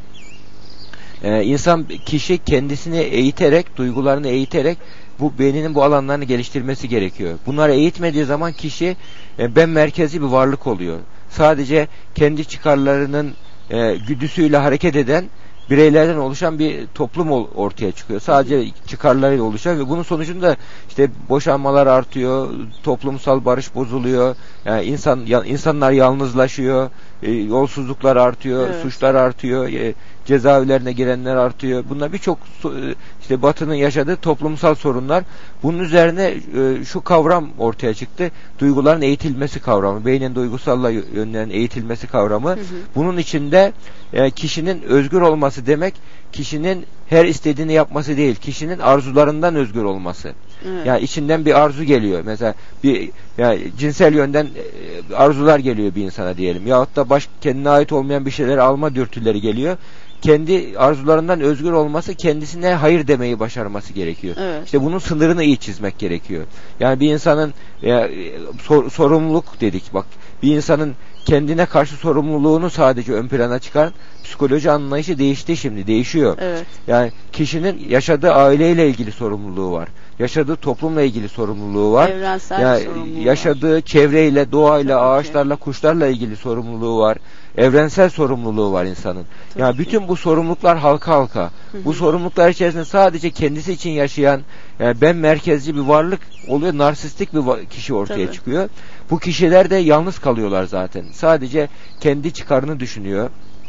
kişi kendisini eğiterek, duygularını eğiterek bu beyninin bu alanlarını geliştirmesi gerekiyor. Bunları eğitmediği zaman kişi ben merkezli bir varlık oluyor. Sadece kendi çıkarlarının güdüsüyle hareket eden bireylerden oluşan bir toplum ortaya çıkıyor. Sadece çıkarlarıyla oluşan ve bunun sonucunda işte boşanmalar artıyor, toplumsal barış bozuluyor, yani insanlar yalnızlaşıyor, yolsuzluklar artıyor, suçlar artıyor, cezaevlerine girenler artıyor. Bunlar birçok işte Batı'nın yaşadığı toplumsal sorunlar. Bunun üzerine şu kavram ortaya çıktı. Duyguların eğitilmesi kavramı. Beynin duygusalla yönlenen eğitilmesi kavramı. Bunun içinde kişinin özgür olması demek, kişinin her istediğini yapması değil, kişinin arzularından özgür olması. Yani içinden bir arzu geliyor. Mesela cinsel yönden arzular geliyor bir insana diyelim. Yahut da kendine ait olmayan bir şeyleri alma dürtüleri geliyor. Kendi arzularından özgür olması, kendisine hayır demeyi başarması gerekiyor. İşte bunun sınırını iyi çizmek gerekiyor. Yani bir insanın sorumluluk dedik. Bak, bir insanın kendine karşı sorumluluğunu sadece ön plana çıkaran psikoloji anlayışı değişti şimdi, değişiyor. Yani kişinin yaşadığı aileyle ilgili sorumluluğu var. Yaşadığı toplumla ilgili sorumluluğu var. Yani yaşadığı çevreyle, doğayla, ağaçlarla, kuşlarla ilgili sorumluluğu var. Evrensel sorumluluğu var insanın. Yani bütün bu sorumluluklar halka halka. Bu sorumluluklar içerisinde sadece kendisi için yaşayan, yani ben merkezci bir varlık oluyor, narsistik bir kişi ortaya çıkıyor. Bu kişiler de yalnız kalıyorlar zaten. Sadece kendi çıkarını düşünüyor.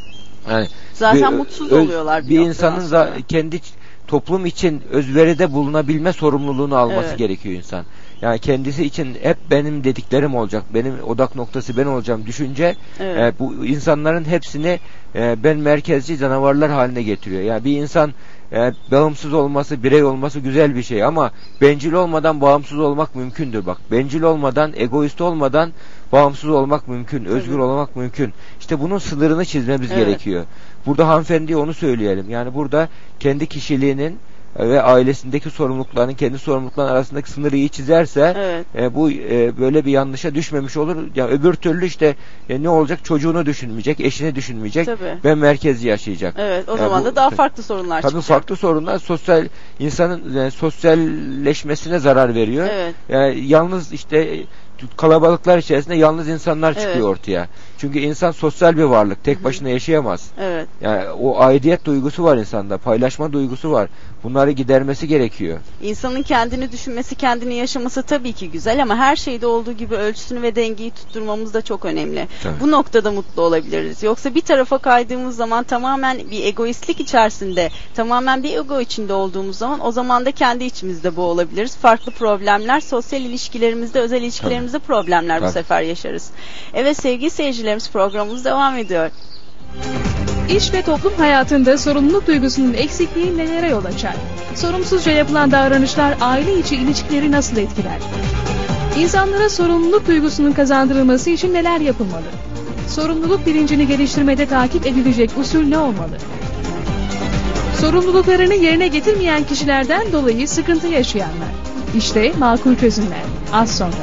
Yani zaten mutsuz oluyorlar bir insanın kendi toplum için özveride bulunabilme sorumluluğunu alması gerekiyor insan. Yani kendisi için hep benim dediklerim olacak, benim odak noktası ben olacağım düşünce bu insanların hepsini ben merkezci canavarlar haline getiriyor. Yani bir insan bağımsız olması, birey olması güzel bir şey ama bencil olmadan bağımsız olmak mümkündür. Bak, bencil olmadan, egoist olmadan bağımsız olmak mümkün, özgür olmak mümkün. İşte bunun sınırını çizmemiz gerekiyor. Burada hanımefendiye onu söyleyelim. Yani burada kendi kişiliğinin ve ailesindeki sorumlulukların, kendi sorumlulukların arasındaki sınırı iyi çizerse bu böyle bir yanlışa düşmemiş olur. Yani öbür türlü işte ne olacak? Çocuğunu düşünmeyecek, eşini düşünmeyecek. Ben merkezci yaşayacak. Evet, o zaman da daha farklı sorunlar çıkacak. Tabii farklı sorunlar insanın sosyalleşmesine zarar veriyor. Yalnız işte kalabalıklar içerisinde yalnız insanlar çıkıyor ortaya. Çünkü insan sosyal bir varlık. Tek başına yaşayamaz. Yani o aidiyet duygusu var insanda. Paylaşma duygusu var. Bunları gidermesi gerekiyor. İnsanın kendini düşünmesi, kendini yaşaması tabii ki güzel ama her şeyde olduğu gibi ölçüsünü ve dengeyi tutturmamız da çok önemli. Bu noktada mutlu olabiliriz. Yoksa bir tarafa kaydığımız zaman tamamen bir egoistlik içerisinde, tamamen bir ego içinde olduğumuz zaman o zaman da kendi içimizde boğulabiliriz. Farklı problemler, sosyal ilişkilerimizde, özel ilişkilerimizde problemler bu sefer yaşarız. Evet sevgili seyircilerimiz, programımız devam ediyor. İş ve toplum hayatında sorumluluk duygusunun eksikliği nelere yol açar? Sorumsuzca yapılan davranışlar aile içi ilişkileri nasıl etkiler? İnsanlara sorumluluk duygusunun kazandırılması için neler yapılmalı? Sorumluluk bilincini geliştirmede takip edilecek usul ne olmalı? Sorumluluklarını yerine getirmeyen kişilerden dolayı sıkıntı yaşayanlar. İşte makul çözümler. Az sonra.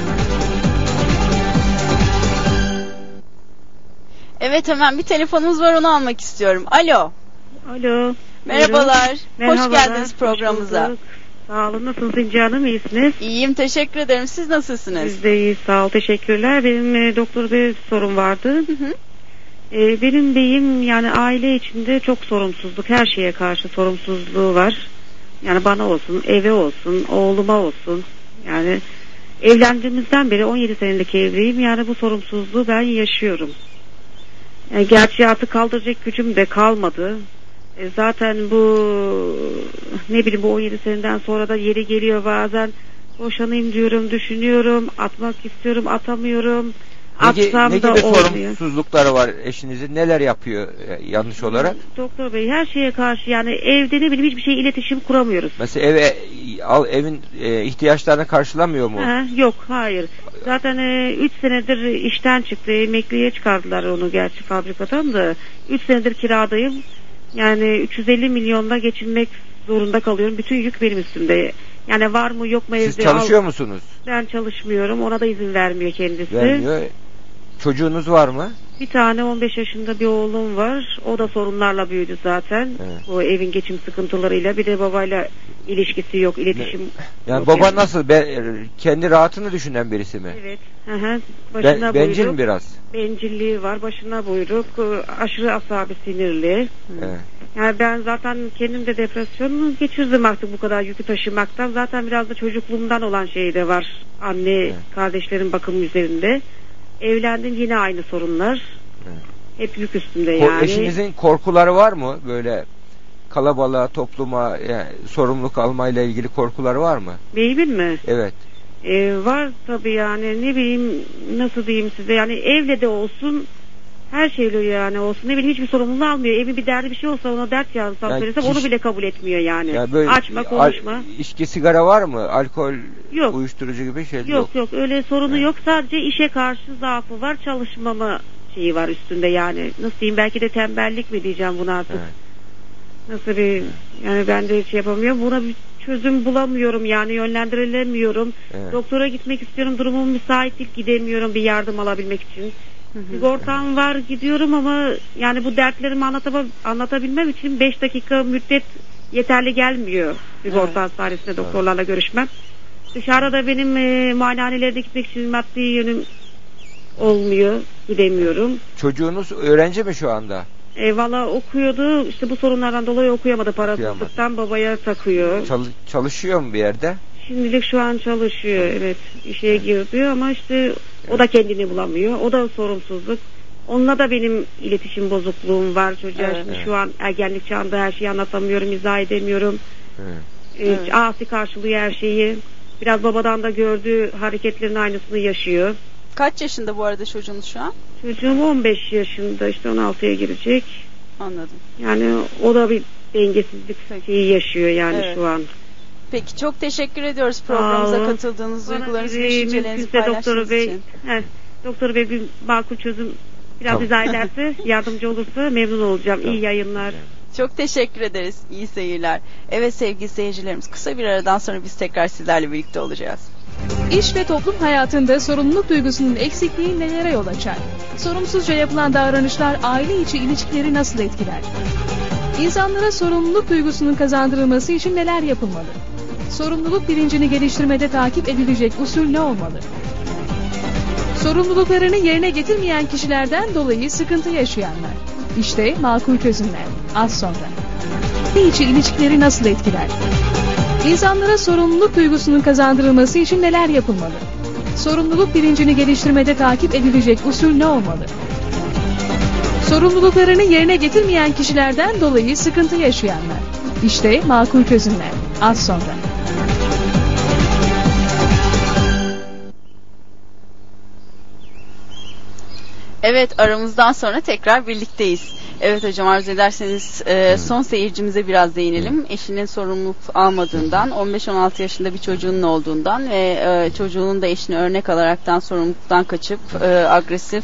Evet, hemen bir telefonumuz var, onu almak istiyorum. Alo. Alo. Merhabalar. Merhabalar. Hoş geldiniz programımıza. Sağ olun. Nasılsınız İnce Hanım? İyisiniz? İyiyim, teşekkür ederim. Siz nasılsınız? Biz de iyiyiz. Sağ ol. Teşekkürler. Benim doktor bir sorum vardı. Benim beyim yani aile içinde çok sorumsuzluk. Her şeye karşı sorumsuzluğu var. Yani bana olsun, eve olsun, oğluma olsun. Yani evlendiğimizden beri 17 senelik evliyim. Yani bu sorumsuzluğu ben yaşıyorum. Yani gerçi artık kaldıracak gücüm de kalmadı. Zaten bu ne bileyim bu 17 seneden sonra da yeri geliyor bazen boşanayım diyorum, düşünüyorum, atmak istiyorum, atamıyorum. Atsam ne da gibi olmuyor. sorumsuzlukları var eşinizin? Neler yapıyor yanlış olarak? Doktor Bey her şeye karşı yani evde ne bileyim hiçbir şey iletişim kuramıyoruz. Mesela evin ihtiyaçlarını karşılamıyor mu? Yok, hayır. Zaten 3 senedir işten çıktı. Emekliye çıkardılar onu gerçi fabrikadan da. 3 senedir kiradayım. Yani 350 milyonla geçinmek zorunda kalıyorum. Bütün yük benim üstümde. Yani var mı yok mu evde? Siz çalışıyor musunuz? Ben çalışmıyorum. Ona da izin vermiyor kendisi. Vermiyor. Çocuğunuz var mı? Bir tane 15 yaşında bir oğlum var. O da sorunlarla büyüdü zaten. O evin geçim sıkıntılarıyla. Bir de babayla ilişkisi yok, iletişim yani yok. Baba nasıl? Kendi rahatını düşünen birisi mi? Evet. Başına bencil buyruk, mi biraz? Bencilliği var. Başına buyruk. Aşırı asabi, sinirli. Yani ben zaten kendim de depresyon geçirdim artık bu kadar yükü taşımaktan. Zaten biraz da çocukluğumdan olan şey de var. Anne, kardeşlerin bakımı üzerinde. Evlendim yine aynı sorunlar. Hep yük üstünde yani. Eşinizin korkuları var mı? Böyle kalabalığa, topluma sorumluluk almayla ilgili korkuları var mı? Beyimin mi? Evet. Var tabii yani ne bileyim nasıl diyeyim size yani evle de olsun her şeyle yani olsun ne bileyim hiçbir sorumluluğu almıyor. Evin bir derdi bir şey olsa ona dert yansam söylesem onu bile kabul etmiyor yani. Açma konuşma. İçki sigara var mı? Alkol, yok. Uyuşturucu gibi şey yok. Yok öyle sorunu yok. Sadece işe karşı zaafı var, çalışmama şeyi var üstünde yani. Nasıl diyeyim belki de tembellik mi diyeceğim buna artık. Nasıl bir yani ben de şey yapamıyorum. Buna bir çözüm bulamıyorum yani yönlendirilemiyorum. Doktora gitmek istiyorum. Durumum müsait değil, gidemiyorum bir yardım alabilmek için. Sigortam var gidiyorum ama yani bu dertlerimi anlatabilmem için 5 dakika müddet yeterli gelmiyor. Sigorta hastanesinde doktorlarla görüşmem. Dışarıda benim muayenehanelerde gitmek için maddi yönüm olmuyor. Gidemiyorum. Çocuğunuz öğrenci mi şu anda? Valla okuyordu. İşte bu sorunlardan dolayı okuyamadı. Parasızlıktan babaya takıyor. Çalışıyor mu bir yerde? Şimdilik şu an çalışıyor. Evet. İşe girdi ama işte o da kendini bulamıyor. O da sorumsuzluk. Onunla da benim iletişim bozukluğum var. Çocuğa Evet. şu an ergenlik çağında her şeyi anlatamıyorum, izah edemiyorum. Asi karşılıyor her şeyi. Biraz babadan da gördüğü hareketlerin aynısını yaşıyor. Kaç yaşında bu arada çocuğunuz şu an? Çocuğum 15 yaşında, işte 16'ya girecek. Anladım. Yani o da bir dengesizlik şeyi yaşıyor yani şu an. Peki çok teşekkür ediyoruz programımıza katıldığınız, duygularınızı ve düşüncelerinizi paylaştığınız için. Doktor Bey bir makul çözüm biraz izah ederse, yardımcı olursa memnun olacağım. İyi yayınlar. Çok teşekkür ederiz. İyi seyirler. Evet sevgili seyircilerimiz, kısa bir aradan sonra biz tekrar sizlerle birlikte olacağız. İş ve toplum hayatında sorumluluk duygusunun eksikliği nelere yol açar? Sorumsuzca yapılan davranışlar aile içi ilişkileri nasıl etkiler? İnsanlara sorumluluk duygusunun kazandırılması için neler yapılmalı? Sorumluluk bilincini geliştirmede takip edilecek usul ne olmalı? Sorumluluklarını yerine getirmeyen kişilerden dolayı sıkıntı yaşayanlar. İşte makul çözümler. Az sonra. Aile içi ilişkileri nasıl etkiler? İnsanlara sorumluluk duygusunun kazandırılması için neler yapılmalı? Sorumluluk bilincini geliştirmede takip edilecek usul ne olmalı? Sorumluluklarını yerine getirmeyen kişilerden dolayı sıkıntı yaşayanlar. İşte makul çözümler. Az sonra. Evet, aramızdan sonra tekrar birlikteyiz. Evet hocam, arzu ederseniz son seyircimize biraz değinelim. Eşinin sorumluluk almadığından, 15-16 yaşında bir çocuğunun olduğundan ve çocuğunun da eşini örnek alaraktan sorumluluktan kaçıp agresif,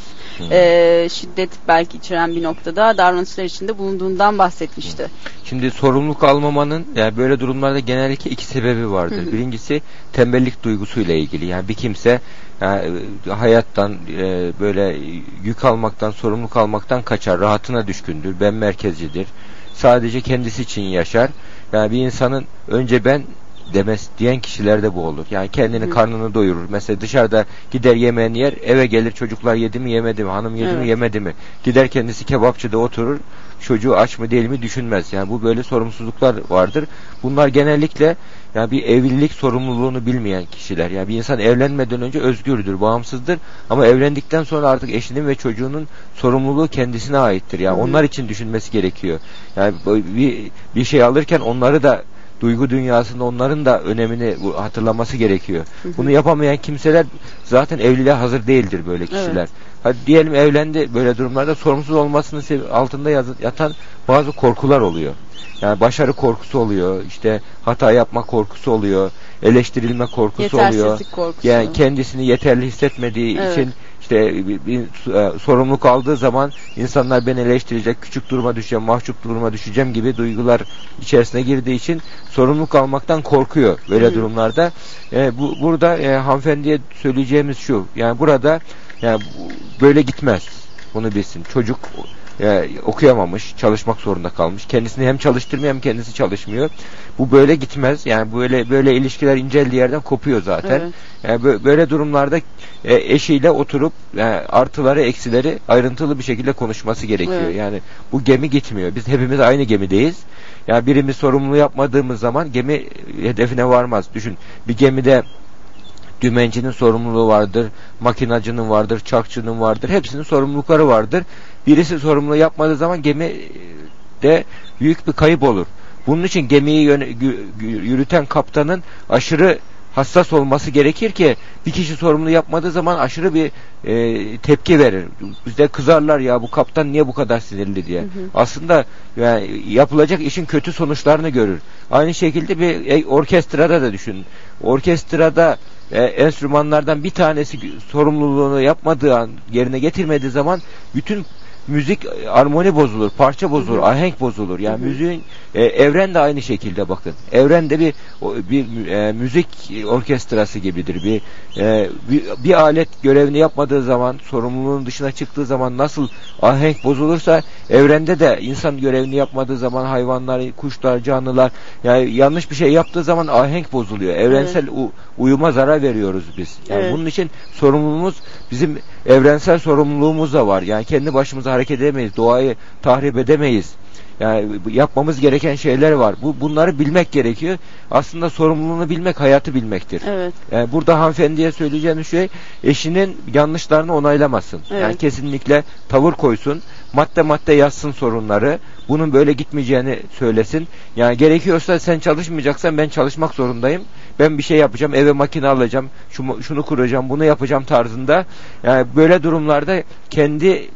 şiddet belki içeren bir noktada davranışlar içinde bulunduğundan bahsetmişti. Şimdi sorumluluk almamanın yani böyle durumlarda genellikle iki sebebi vardır. Birincisi tembellik duygusuyla ilgili. Yani bir kimse hayattan böyle yük almaktan, sorumluluk almaktan kaçar, rahatına düşkündür, ben merkezcidir. Sadece kendisi için yaşar. Yani bir insanın önce ben demez diyen kişilerde bu olur. Yani kendini karnını doyurur. Mesela dışarıda gider yemeğini yer, eve gelir çocuklar yedi mi yemedi mi, hanım yedi mi yemedi mi. Gider kendisi kebapçıda oturur, çocuğu aç mı değil mi düşünmez. Yani bu böyle sorumsuzluklar vardır. Bunlar genellikle yani bir evlilik sorumluluğunu bilmeyen kişiler. Yani bir insan evlenmeden önce özgürdür, bağımsızdır ama evlendikten sonra artık eşinin ve çocuğunun sorumluluğu kendisine aittir. Yani onlar için düşünmesi gerekiyor. Yani bir şey alırken onları da duygu dünyasında onların da önemini hatırlaması gerekiyor. Bunu yapamayan kimseler zaten evliliğe hazır değildir böyle kişiler. Evet. Hadi diyelim evlendi, böyle durumlarda sorumsuz olmasının altında yatan bazı korkular oluyor. Yani başarı korkusu oluyor, işte hata yapma korkusu oluyor, eleştirilme korkusu oluyor. Korkusu. Yani kendisini yeterli hissetmediği için işte bir sorumluluk aldığı zaman insanlar beni eleştirecek, küçük duruma düşeceğim, mahcup duruma düşeceğim gibi duygular içerisine girdiği için sorumluluk almaktan korkuyor böyle durumlarda. Burada hanımefendiye söyleyeceğimiz şu, yani burada yani böyle gitmez. Bunu bilsin. Çocuk okuyamamış, çalışmak zorunda kalmış. Kendisini hem çalıştırmıyor hem kendisi çalışmıyor. Bu böyle gitmez. Yani böyle ilişkiler inceldiği yerden kopuyor zaten. Evet. Yani böyle durumlarda eşiyle oturup artıları, eksileri ayrıntılı bir şekilde konuşması gerekiyor. Evet. Yani bu gemi gitmiyor. Biz hepimiz aynı gemideyiz. Yani birimiz sorumluluğu yapmadığımız zaman gemi hedefine varmaz. Düşün. Bir gemide dümencinin sorumluluğu vardır, makinacının vardır, çakçının vardır. Hepsinin sorumlulukları vardır. Birisi sorumluluğu yapmadığı zaman gemide büyük bir kayıp olur. Bunun için gemiyi yürüten kaptanın aşırı hassas olması gerekir ki bir kişi sorumluluğu yapmadığı zaman aşırı bir tepki verir. Bizde kızarlar, ya bu kaptan niye bu kadar sinirli diye. Aslında yani yapılacak işin kötü sonuçlarını görür. Aynı şekilde bir orkestrada da düşünün. Orkestrada enstrümanlardan bir tanesi sorumluluğunu yapmadığı an, yerine getirmediği zaman bütün müzik armoni bozulur, parça bozulur, ahenk bozulur. Yani müziğin evren de aynı şekilde bakın. Evren de bir müzik orkestrası gibidir. Bir alet görevini yapmadığı zaman, sorumluluğun dışına çıktığı zaman nasıl ahenk bozulursa evrende de insan görevini yapmadığı zaman hayvanlar, kuşlar, canlılar yani yanlış bir şey yaptığı zaman ahenk bozuluyor. Evrensel uyuma zarar veriyoruz biz. Yani bunun için sorumluluğumuz, bizim evrensel sorumluluğumuz da var. Yani kendi başımıza hareket edemeyiz. Doğayı tahrip edemeyiz. Yani yapmamız gereken şeyler var. Bunları bilmek gerekiyor. Aslında sorumluluğunu bilmek hayatı bilmektir. Evet. Yani burada hanımefendiye söyleyeceğim şey, eşinin yanlışlarını onaylamasın. Evet. Yani kesinlikle tavır koysun. Madde yazsın sorunları. Bunun böyle gitmeyeceğini söylesin. Yani gerekiyorsa sen çalışmayacaksan ben çalışmak zorundayım. Ben bir şey yapacağım, eve makine alacağım, şunu kuracağım, bunu yapacağım tarzında. Yani böyle durumlarda kendi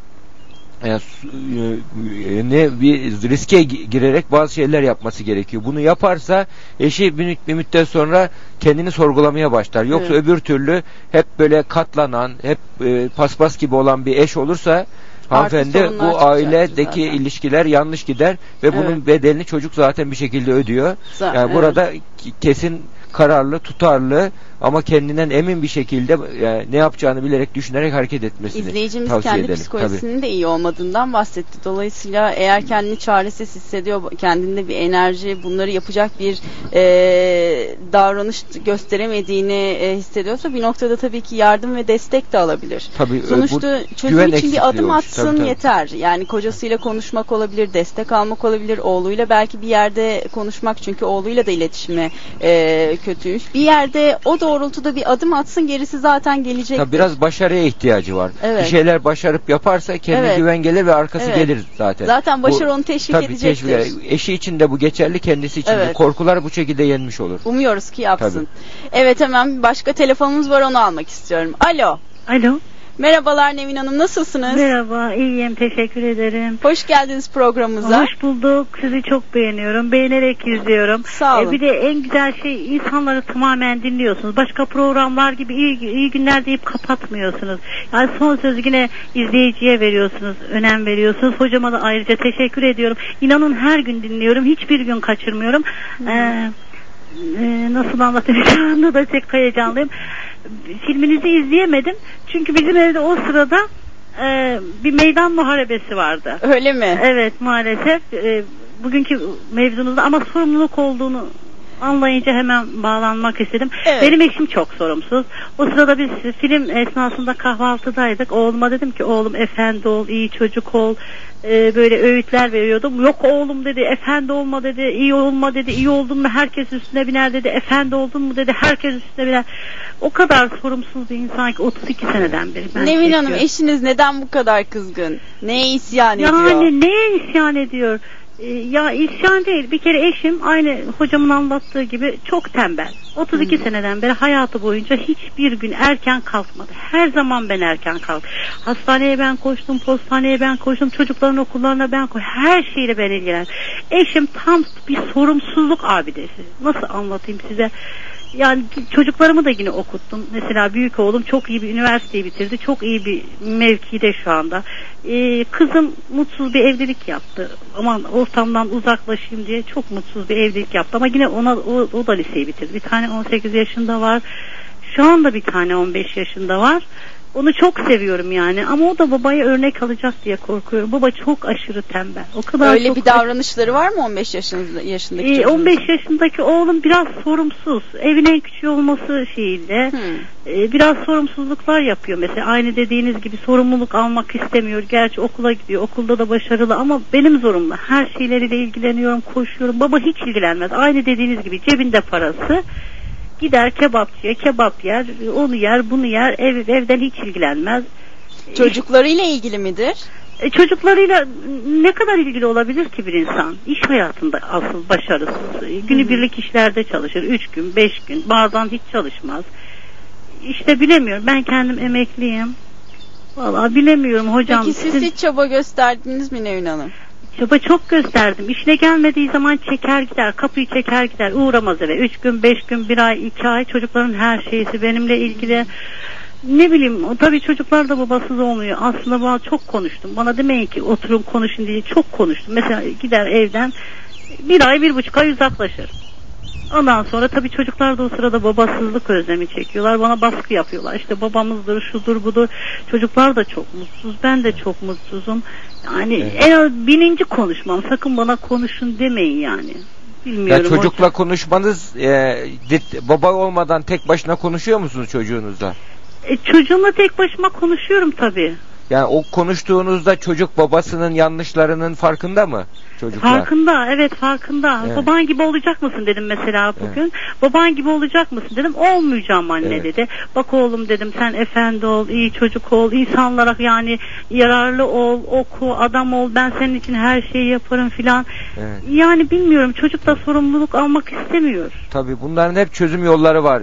bir riske girerek bazı şeyler yapması gerekiyor. Bunu yaparsa eşi bir müddet sonra kendini sorgulamaya başlar. Yoksa öbür türlü hep böyle katlanan, hep paspas gibi olan bir eş olursa hanımefendi, bu ailedeki ilişkiler yanlış gider ve bunun bedelini çocuk zaten bir şekilde ödüyor. Yani burada kesin kararlı, tutarlı ama kendinden emin bir şekilde ne yapacağını bilerek, düşünerek hareket etmesini İzleyicimiz tavsiye kendi edelim. psikolojisinin de iyi olmadığından bahsetti. Dolayısıyla eğer kendini çaresiz hissediyor, kendinde bir enerji, bunları yapacak bir davranış gösteremediğini hissediyorsa bir noktada tabii ki yardım ve destek de alabilir. Tabii, sonuçta çözüm için bir adım atsın, tabii. yeter. Yani kocasıyla konuşmak olabilir, destek almak olabilir, oğluyla belki bir yerde konuşmak, çünkü oğluyla da iletişime kötüymüş. Bir yerde o doğrultuda bir adım atsın, gerisi zaten gelecek. Tabii biraz başarıya ihtiyacı var. Evet. Bir şeyler başarıp yaparsa kendine güven gelir ve arkası gelir zaten. Zaten başarı onu teşvik edecektir. Eşi için de bu geçerli, kendisi için de. Korkular bu şekilde yenmiş olur. Umuyoruz ki yapsın. Tabii. Evet, hemen başka telefonumuz var, onu almak istiyorum. Alo. Alo. Merhabalar Nevin Hanım, nasılsınız? Merhaba, iyiyim, teşekkür ederim. Hoş geldiniz programımıza. Hoş bulduk, sizi çok beğeniyorum, beğenerek izliyorum. Sağ olun. Bir de en güzel şey, insanları tamamen dinliyorsunuz. Başka programlar gibi iyi günler deyip kapatmıyorsunuz. Yani son sözü yine izleyiciye veriyorsunuz, önem veriyorsunuz. Hocama da ayrıca teşekkür ediyorum. İnanın her gün dinliyorum, hiçbir gün kaçırmıyorum. Nasıl anlatayım, şu anda da çok heyecanlıyım. Filminizi izleyemedim çünkü bizim evde o sırada bir meydan muharebesi vardı. Öyle mi? Evet, maalesef bugünkü mevzunuzda, ama sorumluluk olduğunu anlayınca hemen bağlanmak istedim. Evet. Benim eşim çok sorumsuz. O sırada biz film esnasında kahvaltıdaydık. Oğluma dedim ki, oğlum efendi ol, iyi çocuk ol. Böyle öğütler veriyordum. Yok oğlum dedi, efendi olma dedi, iyi olma dedi, iyi oldun mu herkes üstüne biner dedi, efendi oldun mu dedi, herkes üstüne biner. O kadar sorumsuz bir insan ki 32 seneden beri. Nevin Hanım, eşiniz neden bu kadar kızgın? Neye isyan ediyor? Yani neye isyan ediyor? Ya isyan değil. Bir kere eşim aynı hocamın anlattığı gibi çok tembel. 32 seneden beri hayatı boyunca hiçbir gün erken kalkmadı. Her zaman ben erken kalktım. Hastaneye ben koştum, postaneye ben koştum, çocukların okullarına ben koştum. Her şeyle ben ilgilendim. Eşim tam bir sorumsuzluk abidesi. Nasıl anlatayım size? Yani çocuklarımı da yine okuttum. Mesela büyük oğlum çok iyi bir üniversiteyi bitirdi. Çok iyi bir mevkide şu anda. Kızım mutsuz bir evlilik yaptı. Aman ortamdan uzaklaşayım diye çok mutsuz bir evlilik yaptı. Ama yine o da liseyi bitirdi. Bir tane 18 yaşında var. Şu anda bir tane 15 yaşında var. Onu çok seviyorum yani, ama o da babaya örnek alacak diye korkuyorum. Baba çok aşırı tembel. O kadar öyle bir davranışları var mı 15 yaşındaki çocuğun? 15 yaşındaki oğlum biraz sorumsuz. Evin en küçüğü olması şeyinde biraz sorumsuzluklar yapıyor. Mesela aynı dediğiniz gibi sorumluluk almak istemiyor. Gerçi okula gidiyor. Okulda da başarılı ama benim zorumla. Her şeyleriyle ilgileniyorum, koşuyorum. Baba hiç ilgilenmez. Aynı dediğiniz gibi cebinde parası. Gider kebapçıya, kebap yer, onu yer, bunu yer, evden hiç ilgilenmez. Çocuklarıyla ilgili midir? Çocuklarıyla ne kadar ilgili olabilir ki bir insan? İş hayatında asıl başarısız. Günübirlik işlerde çalışır, 3 gün, 5 gün, bazen hiç çalışmaz. İşte bilemiyorum, ben kendim emekliyim. Vallahi bilemiyorum hocam. Peki siz hiç çaba gösterdiniz mi Nevin Hanım? Çaba çok gösterdim. İşine gelmediği zaman çeker gider, kapıyı çeker gider, uğramaz eve. 3 gün, 5 gün, 1 ay, 2 ay çocukların her şeysi benimle ilgili. Ne bileyim, tabii çocuklar da babasız olmuyor. Aslında bana çok konuştum. Bana demeyin ki oturun konuşun diye, çok konuştum. Mesela gider evden 1 ay, 1,5 ay uzaklaşır. Ondan sonra tabii çocuklar da o sırada babasızlık özlemi çekiyorlar. Bana baskı yapıyorlar. İşte babamızdır, şudur, budur. Çocuklar da çok mutsuz. Ben de çok mutsuzum. Yani en az 1000. konuşmam. Sakın bana konuşun demeyin yani. Bilmiyorum. Ya çocukla konuşmanız baba olmadan tek başına konuşuyor musunuz çocuğunuzla? Çocuğumla tek başıma konuşuyorum tabii. Yani o konuştuğunuzda çocuk babasının yanlışlarının farkında mı? Çocuklar. Farkında, evet farkında. Evet. Baban gibi olacak mısın dedim mesela bugün. Evet. Baban gibi olacak mısın dedim. Olmayacağım anne evet. dedi. Bak oğlum dedim, sen efendi ol, iyi çocuk ol, insanlara yani yararlı ol, oku, adam ol, ben senin için her şeyi yaparım filan. Evet. Yani bilmiyorum, çocuk da sorumluluk almak istemiyor. Tabii bunların hep çözüm yolları var.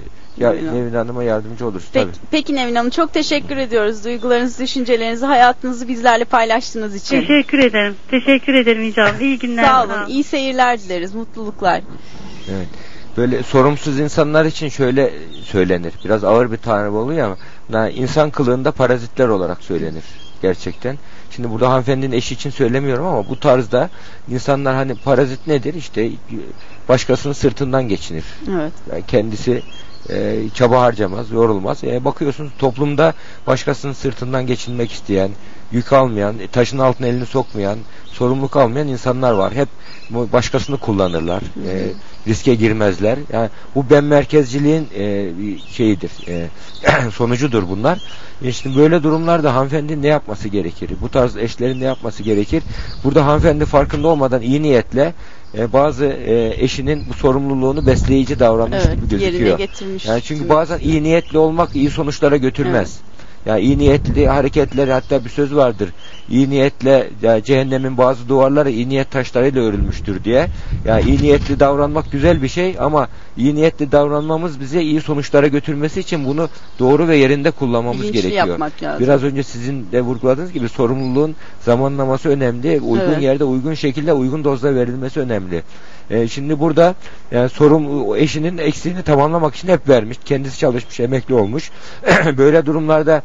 Nevin Hanım'a yardımcı oluruz tabii. Peki Nevin Hanım, çok teşekkür ediyoruz. Duygularınızı, düşüncelerinizi, hayatınızı bizlerle paylaştığınız için. Teşekkür ederim. Teşekkür ederim İnce. İyi günler. Sağ olun. İyi seyirler dileriz. Mutluluklar. Evet. Böyle sorumsuz insanlar için şöyle söylenir. Biraz ağır bir tabir oluyor ama insan kılığında parazitler olarak söylenir gerçekten. Şimdi burada hanımefendinin eşi için söylemiyorum ama bu tarzda insanlar, hani parazit nedir? İşte başkasının sırtından geçinir. Evet. Yani kendisi çaba harcamaz, yorulmaz. Bakıyorsunuz toplumda başkasının sırtından geçinmek isteyen, yük almayan, taşın altına elini sokmayan, sorumluluk almayan insanlar var. Hep başkasını kullanırlar. Riske girmezler. Yani bu ben merkezciliğin şeyidir. Sonucudur bunlar. Şimdi böyle durumlarda hanımefendinin ne yapması gerekir? Bu tarz eşlerin ne yapması gerekir? Burada hanımefendi farkında olmadan iyi niyetle bazı eşinin bu sorumluluğunu besleyici davranmış gibi gözüküyor. Yerine getirmiş. Yani çünkü bazen iyi niyetli olmak iyi sonuçlara götürmez. Evet. Yani iyi niyetli hareketler, hatta bir söz vardır. İyi niyetle cehennemin bazı duvarları iyi niyet taşlarıyla örülmüştür diye. Yani iyi niyetli davranmak güzel bir şey ama iyi niyetli davranmamız bize iyi sonuçlara götürmesi için bunu doğru ve yerinde kullanmamız gerekiyor. Biraz önce sizin de vurguladığınız gibi sorumluluğun zamanlaması önemli. Uygun yerde, uygun şekilde, uygun dozda verilmesi önemli. Şimdi burada yani eşinin eksiğini tamamlamak için hep vermiş. Kendisi çalışmış, emekli olmuş. Böyle durumlarda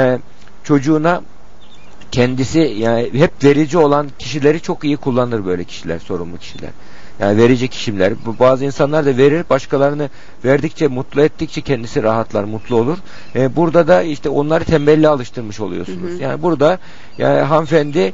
çocuğuna kendisi, yani hep verici olan kişileri çok iyi kullanır böyle kişiler, sorumlu kişiler. Yani verici kişiler. Bazı insanlar da verir, başkalarını verdikçe, mutlu ettikçe kendisi rahatlar, mutlu olur. Burada da işte onları tembelliğe alıştırmış oluyorsunuz. Hı hı. Yani burada hanımefendi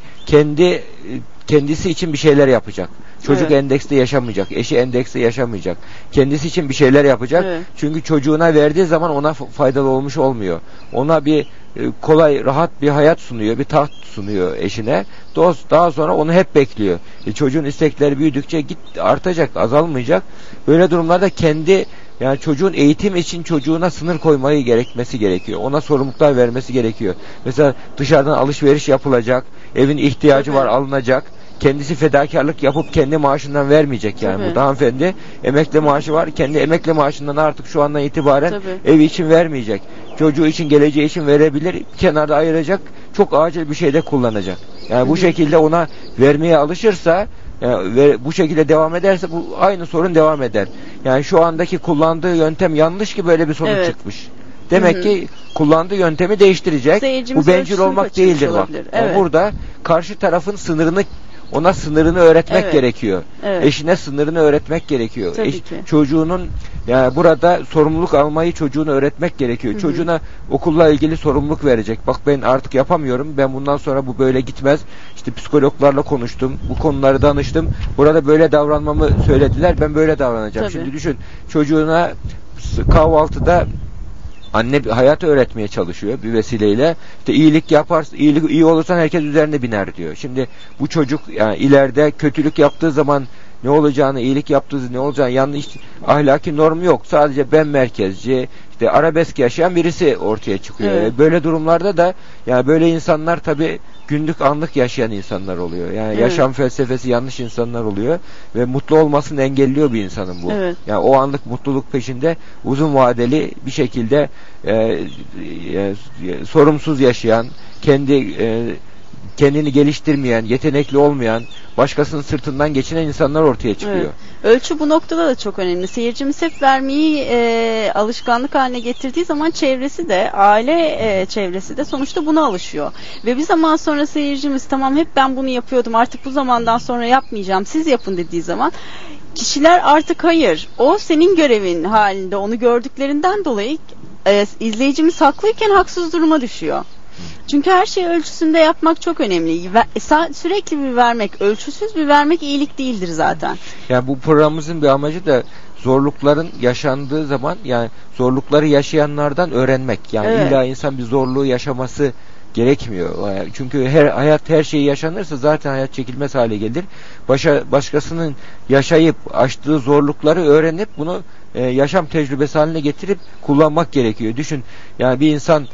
kendisi için bir şeyler yapacak. Çocuk endekste yaşamayacak. Eşi endekste yaşamayacak. Kendisi için bir şeyler yapacak. Evet. Çünkü çocuğuna verdiği zaman ona faydalı olmuş olmuyor. Ona bir kolay, rahat bir hayat sunuyor. Bir taht sunuyor eşine. Daha sonra onu hep bekliyor. Çocuğun istekleri büyüdükçe artacak, azalmayacak. Böyle durumlarda yani çocuğun eğitim için çocuğuna sınır koymayı gerekmesi gerekiyor. Ona sorumluluklar vermesi gerekiyor. Mesela dışarıdan alışveriş yapılacak. Evin ihtiyacı var, alınacak. Kendisi fedakarlık yapıp kendi maaşından vermeyecek yani. Bu da hanımefendi emekli maaşı var. Kendi emekli maaşından artık şu andan itibaren evi için vermeyecek. Çocuğu için, geleceği için verebilir. Kenarda ayıracak. Çok acil bir şeyde kullanacak. Yani bu şekilde ona vermeye alışırsa, ve bu şekilde devam ederse bu aynı sorun devam eder. Yani şu andaki kullandığı yöntem yanlış ki böyle bir sonuç çıkmış. Demek ki kullandığı yöntemi değiştirecek. Bu bencil olmak değildir bak. Yani burada karşı tarafın sınırını öğretmek gerekiyor. Evet. Eşine sınırını öğretmek gerekiyor. Çocuğunun yani burada sorumluluk almayı çocuğuna öğretmek gerekiyor. Hı hı. Çocuğuna okulla ilgili sorumluluk verecek. Bak ben artık yapamıyorum. Ben bundan sonra bu böyle gitmez. İşte psikologlarla konuştum. Bu konuları danıştım. Burada böyle davranmamı söylediler. Ben böyle davranacağım. Tabii. Şimdi düşün. Çocuğuna kahvaltıda anne hayat öğretmeye çalışıyor bir vesileyle. İşte iyilik yaparsın, iyi olursan herkes üzerine biner diyor. Şimdi bu çocuk yani ileride kötülük yaptığı zaman ne olacağını, iyilik yaptığı ne olacağını, yanlış ahlaki norm yok. Sadece ben merkezci, işte arabesk yaşayan birisi ortaya çıkıyor. Evet. Böyle durumlarda da yani böyle insanlar tabii günlük anlık yaşayan insanlar oluyor. Yani yaşam felsefesi yanlış insanlar oluyor ve mutlu olmasını engelliyor bir insanın bu. Evet. Yani o anlık mutluluk peşinde uzun vadeli bir şekilde sorumsuz yaşayan, kendini geliştirmeyen, yetenekli olmayan, başkasının sırtından geçinen insanlar ortaya çıkıyor. Evet. Ölçü bu noktada da çok önemli. Seyircimiz hep vermeyi alışkanlık haline getirdiği zaman çevresi de, aile çevresi de sonuçta buna alışıyor. Ve bir zaman sonra seyircimiz tamam hep ben bunu yapıyordum, artık bu zamandan sonra yapmayacağım, siz yapın dediği zaman kişiler artık hayır, o senin görevin halinde onu gördüklerinden dolayı izleyicimiz haklıyken haksız duruma düşüyor. Çünkü her şeyi ölçüsünde yapmak çok önemli. Sürekli bir vermek, ölçüsüz bir vermek iyilik değildir zaten. Yani bu programımızın bir amacı da zorlukların yaşandığı zaman yani zorlukları yaşayanlardan öğrenmek. Yani illa insan bir zorluğu yaşaması gerekmiyor. Çünkü her şeyi yaşanırsa zaten hayat çekilmez hale gelir. Başkasının yaşayıp aştığı zorlukları öğrenip bunu yaşam tecrübesi haline getirip kullanmak gerekiyor. Düşün, yani bir insan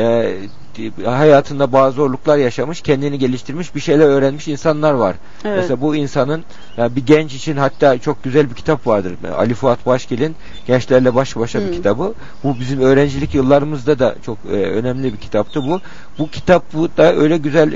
hayatında bazı zorluklar yaşamış, kendini geliştirmiş, bir şeyler öğrenmiş insanlar var. Evet. Mesela bu insanın, yani bir genç için hatta çok güzel bir kitap vardır. Ali Fuat Başgel'in Gençlerle Baş Başa bir kitabı. Bu bizim öğrencilik yıllarımızda da çok önemli bir kitaptı bu. Bu kitapta öyle güzel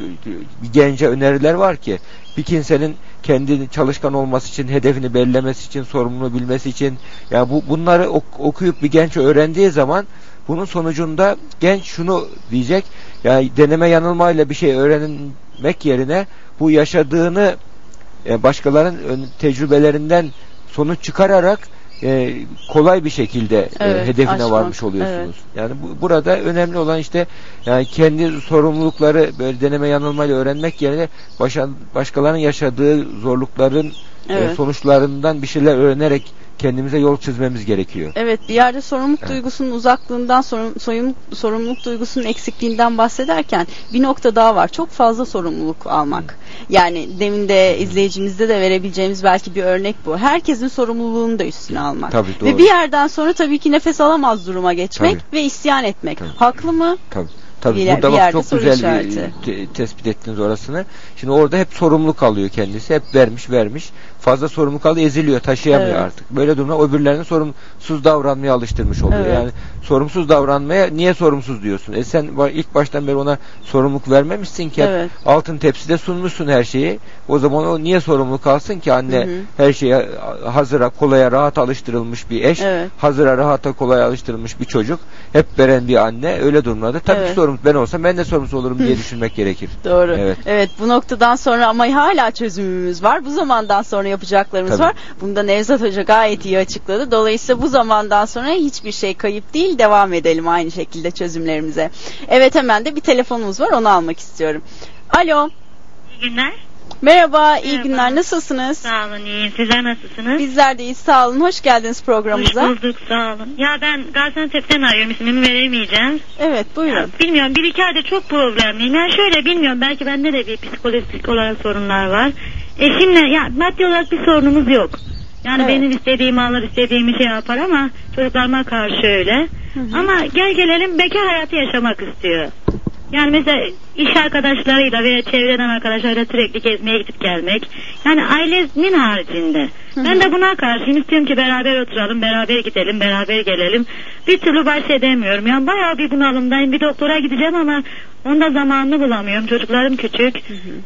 bir gence öneriler var ki bir kimsenin kendi çalışkan olması için, hedefini belirlemesi için, sorumluluğu bilmesi için, yani bunları okuyup bir genç öğrendiği zaman bunun sonucunda genç şunu diyecek: yani deneme yanılmayla bir şey öğrenmek yerine bu yaşadığını başkalarının tecrübelerinden sonuç çıkararak kolay bir şekilde hedefine varmış oluyorsunuz. Evet. Yani burada önemli olan işte yani kendi sorumlulukları böyle deneme yanılmayla öğrenmek yerine başkalarının yaşadığı zorlukların sonuçlarından bir şeyler öğrenerek kendimize yol çizmemiz gerekiyor. Evet, bir yerde sorumluluk duygusunun uzaklığından, sorumluluk duygusunun eksikliğinden bahsederken bir nokta daha var. Çok fazla sorumluluk almak. Yani demin de izleyicimizde de verebileceğimiz belki bir örnek bu. Herkesin sorumluluğunu da üstüne almak. Tabii, doğru. Ve bir yerden sonra tabii ki nefes alamaz duruma geçmek ve isyan etmek. Tabii. Haklı mı? Tabii. Tabii burada bak çok güzel bir tespit ettiniz orasını. Şimdi orada hep sorumluluk alıyor kendisi. Hep vermiş. Fazla sorumluluk alıyor, eziliyor, taşıyamıyor artık. Böyle durumda öbürlerini sorumsuz davranmaya alıştırmış oluyor. Yani sorumsuz davranmaya niye sorumsuz diyorsun? Sen ilk baştan beri ona sorumluluk vermemişsin ki. Altın tepside sunmuşsun her şeyi. O zaman o niye sorumluluk alsın ki? Anne her şeye hazıra, kolaya, rahat alıştırılmış bir eş. Hazıra, rahata, kolaya alıştırılmış bir çocuk. Hep veren bir anne. Öyle durumlarda tabii ki sorumluluk. Ben olsam ben de sorumsuz olurum diye düşünmek gerekir. Doğru. Evet, bu noktadan sonra ama hala çözümümüz var. Bu zamandan sonra yapacaklarımız var. Bunu da Nevzat Hoca gayet iyi açıkladı. Dolayısıyla bu zamandan sonra hiçbir şey kayıp değil. Devam edelim aynı şekilde çözümlerimize. Evet, hemen de bir telefonumuz var. Onu almak istiyorum. Alo. İyi günler. Merhaba, iyi günler. Nasılsınız? Sağ olun, iyiyim. Sizler nasılsınız? Bizler de iyiyiz, sağ olun. Hoş geldiniz programımıza. Hoş bulduk, sağ olun. Ya ben Gaziantep'ten arıyorum, ismimi veremeyeceğim. Evet, buyurun. Ya, bilmiyorum, 1-2 ayda çok problemliyim. Yani şöyle, bilmiyorum, belki bende de bir psikolojik olarak sorunlar var. Eşimle, ya maddi olarak bir sorunumuz yok. Yani benim istediğimi alır, istediğimi şey yapar ama çocuklarıma karşı öyle. Ama gelelim bekar hayatı yaşamak istiyor. Yani mesela iş arkadaşlarıyla veya çevreden arkadaşlarıyla sürekli gezmeye gidip gelmek. Yani ailenin haricinde. Ben de buna karşıyım. İstiyorum ki beraber oturalım, beraber gidelim, beraber gelelim. Bir türlü baş edemiyorum. Yani bayağı bir bunalımdayım. Bir doktora gideceğim ama onda zamanını bulamıyorum. Çocuklarım küçük.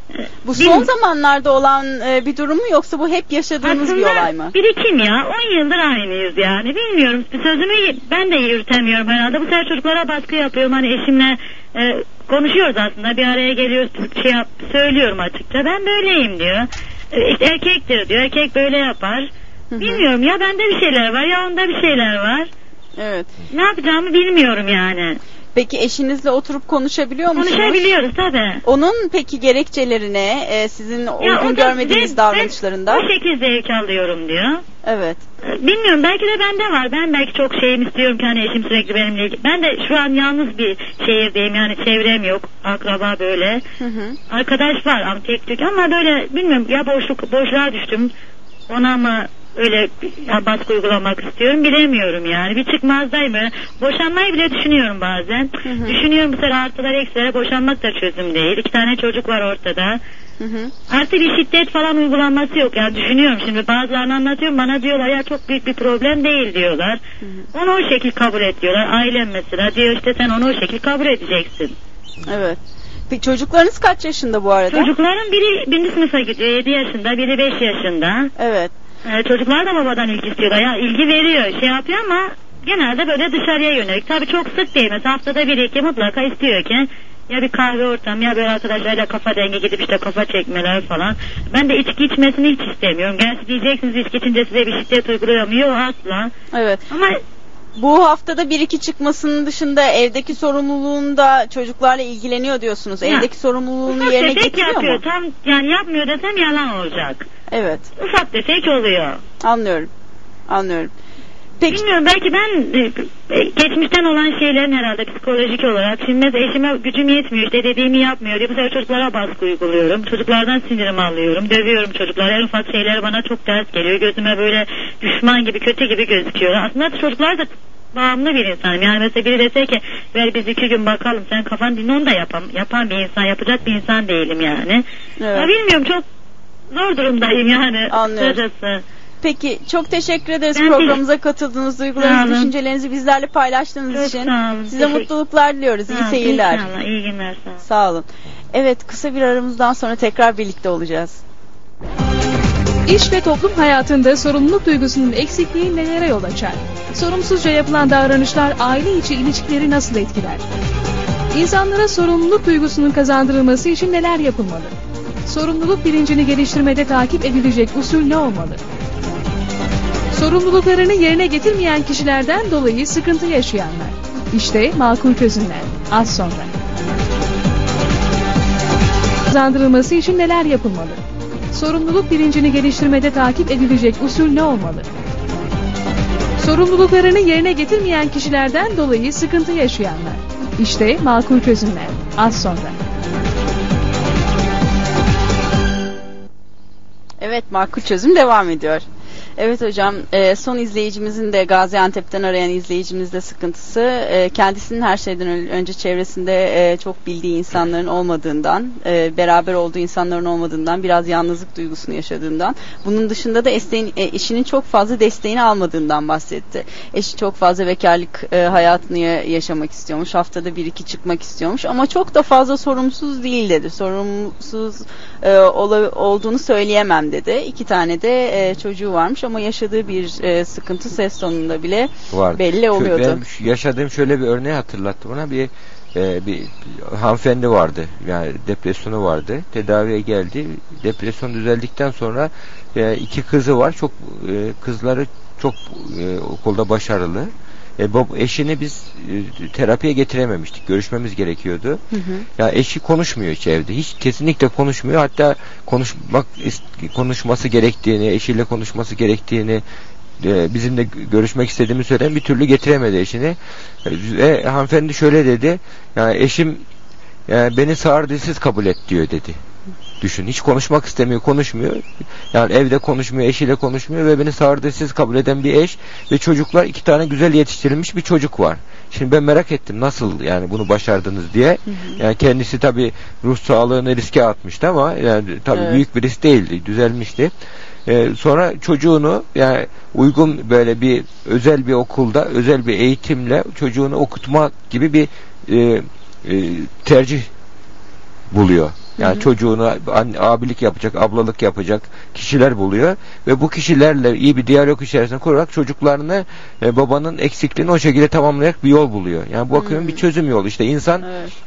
Bu son zamanlarda olan bir durum mu, yoksa bu hep yaşadığınız bir olay mı? Birikim ya. 10 yıldır aynıyız yani. Bilmiyorum. Sözümü ben de yürütemiyorum herhalde. Bu sefer çocuklara baskı yapıyorum. Hani eşimle konuşuyoruz aslında. Bir araya geliyoruz. Söylüyorum açıkça. Ben böyleyim diyor. İşte erkektir diyor. Erkek böyle yapar. Bilmiyorum ya, bende bir şeyler var ya onda bir şeyler var. Evet. Ne yapacağımı bilmiyorum yani. Peki eşinizle oturup konuşabiliyor musunuz? Konuşabiliyoruz tabii. Onun peki gerekçelerine, sizin uygun görmediğiniz davranışlarında? Ben o şekilde zevk alıyorum diyor. Evet. Bilmiyorum, belki de bende var. Ben belki çok şeyim istiyorum ki hani eşim sürekli benimle ilgili. Ben de şu an yalnız bir şehirdeyim, yani çevrem yok. Akraba böyle. Arkadaş var ama tek tük, ama böyle bilmiyorum ya, boşluğa düştüm. Ona mı öyle baskı uygulamak istiyorum, bilemiyorum yani. Bir çıkmazdayım böyle. Boşanmayı bile düşünüyorum bazen. Düşünüyorum, bu sefer artılar eksileri, boşanmak da çözüm değil. 2 tane çocuk var ortada. Artık bir şiddet falan uygulanması yok yani. Düşünüyorum şimdi, bazılarını anlatıyorum, bana diyorlar ya çok büyük bir problem değil diyorlar. Onu o şekil kabul ediyorlar. Ailem mesela diyor işte sen onu o şekil kabul edeceksin. Evet. Peki çocuklarınız kaç yaşında bu arada? Çocuklarım biri 1. sınıfa gidiyor, 7 yaşında, biri 5 yaşında. Evet. Çocuklar da babadan ilgi istiyorlar. Ya ilgi veriyor, şey yapıyor ama genelde böyle dışarıya yönelik. Tabii çok sık değil. Mesela haftada 1-2 mutlaka istiyor ki ya bir kahve ortamı ya böyle arkadaşlarla kafa dengi gidip işte kafa çekmeler falan. Ben de içki içmesini hiç istemiyorum. Gerçi diyeceksiniz içki içince size bir şiddet uyguluyor mu? Yok, asla. Evet. Ama bu haftada 1-2 çıkmasının dışında evdeki sorumluluğunda çocuklarla ilgileniyor diyorsunuz. Ya, evdeki sorumluluğunu yerine getiriyor yapıyor. Mu? Tam yani yapmıyor desem yalan olacak. Evet. Ufak tefek oluyor. Anlıyorum. Bilmiyorum, belki ben geçmişten olan şeylerin herhalde psikolojik olarak. Şimdi mesela eşime gücüm yetmiyor, işte dediğimi yapmıyor diye bu sefer çocuklara baskı uyguluyorum. Çocuklardan sinirimi alıyorum, dövüyorum çocukları. En ufak şeyler bana çok ters geliyor. Gözüme böyle düşman gibi, kötü gibi gözüküyor. Aslında çocuklar da bağımlı bir insanım. Yani mesela biri dese ki ver biz 2 gün bakalım, sen kafan dinle, onu da yapan bir insan, yapacak bir insan değilim yani. Evet. Ya bilmiyorum, çok zor durumdayım yani. Anlıyorum. Peki çok teşekkür ederiz programımıza katıldığınız, duygularınızı, düşüncelerinizi bizlerle paylaştığınız için. Size mutluluklar diliyoruz. İyi seyirler. İnşallah. İyi günler. Sağ olun. Evet, kısa bir aramızdan sonra tekrar birlikte olacağız. İş ve toplum hayatında sorumluluk duygusunun eksikliği nelere yol açar? Sorumsuzca yapılan davranışlar aile içi ilişkileri nasıl etkiler? İnsanlara sorumluluk duygusunun kazandırılması için neler yapılmalı? Sorumluluk bilincini geliştirmede takip edilecek usul ne olmalı? Sorumluluklarını yerine getirmeyen kişilerden dolayı sıkıntı yaşayanlar. İşte makul çözümler. Az sonra. Kazandırılması için neler yapılmalı? Sorumluluk bilincini geliştirmede takip edilecek usul ne olmalı? Sorumluluklarını yerine getirmeyen kişilerden dolayı sıkıntı yaşayanlar. İşte makul çözümler. Az sonra. Evet, makul çözüm devam ediyor. Evet hocam, son izleyicimizin de, Gaziantep'ten arayan izleyicimiz de sıkıntısı kendisinin her şeyden önce çevresinde çok bildiği insanların olmadığından, beraber olduğu insanların olmadığından, biraz yalnızlık duygusunu yaşadığından, bunun dışında da eşinin çok fazla desteğini almadığından bahsetti. Eşi çok fazla bekarlık hayatını yaşamak istiyormuş, haftada 1-2 çıkmak istiyormuş ama çok da fazla sorumsuz değil dedi. Sorumsuz olduğunu söyleyemem dedi. 2 tane de çocuğu varmış ama yaşadığı bir sıkıntı ses tonunda bile belli oluyordu. Ben yaşadığım şöyle bir örneği hatırlattı bana. Bir hanımefendi vardı. Yani depresyonu vardı. Tedaviye geldi. Depresyon düzeldikten sonra 2 kızı var. Çok kızları çok okulda başarılı. Eşini biz terapiye getirememiştik. Görüşmemiz gerekiyordu. Ya eşi konuşmuyor hiç evde. Hiç kesinlikle konuşmuyor. Hatta konuşması gerektiğini, eşiyle konuşması gerektiğini, bizimle görüşmek istediğimi söyleyen bir türlü getiremedi eşini. Ve hanımefendi şöyle dedi. Yani eşim beni sağır dilsiz kabul et diyor dedi. Düşün, hiç konuşmak istemiyor, konuşmuyor. Yani evde konuşmuyor, eşiyle konuşmuyor ve beni sağır dilsiz kabul eden bir eş ve çocuklar, 2 tane güzel yetiştirilmiş bir çocuk var. Şimdi ben merak ettim nasıl yani bunu başardınız diye. Yani kendisi tabii ruh sağlığını riske atmıştı ama yani tabii büyük bir risk değildi, düzelmişti. Sonra çocuğunu yani uygun böyle bir özel bir okulda, özel bir eğitimle çocuğunu okutma gibi bir tercih buluyor. Yani çocuğunu abilik yapacak, ablalık yapacak kişiler buluyor ve bu kişilerle iyi bir diyalog içerisinde kurarak çocuklarını babanın eksikliğini o şekilde tamamlayarak bir yol buluyor. Yani bu bakıyorum bir çözüm yolu. İşte insan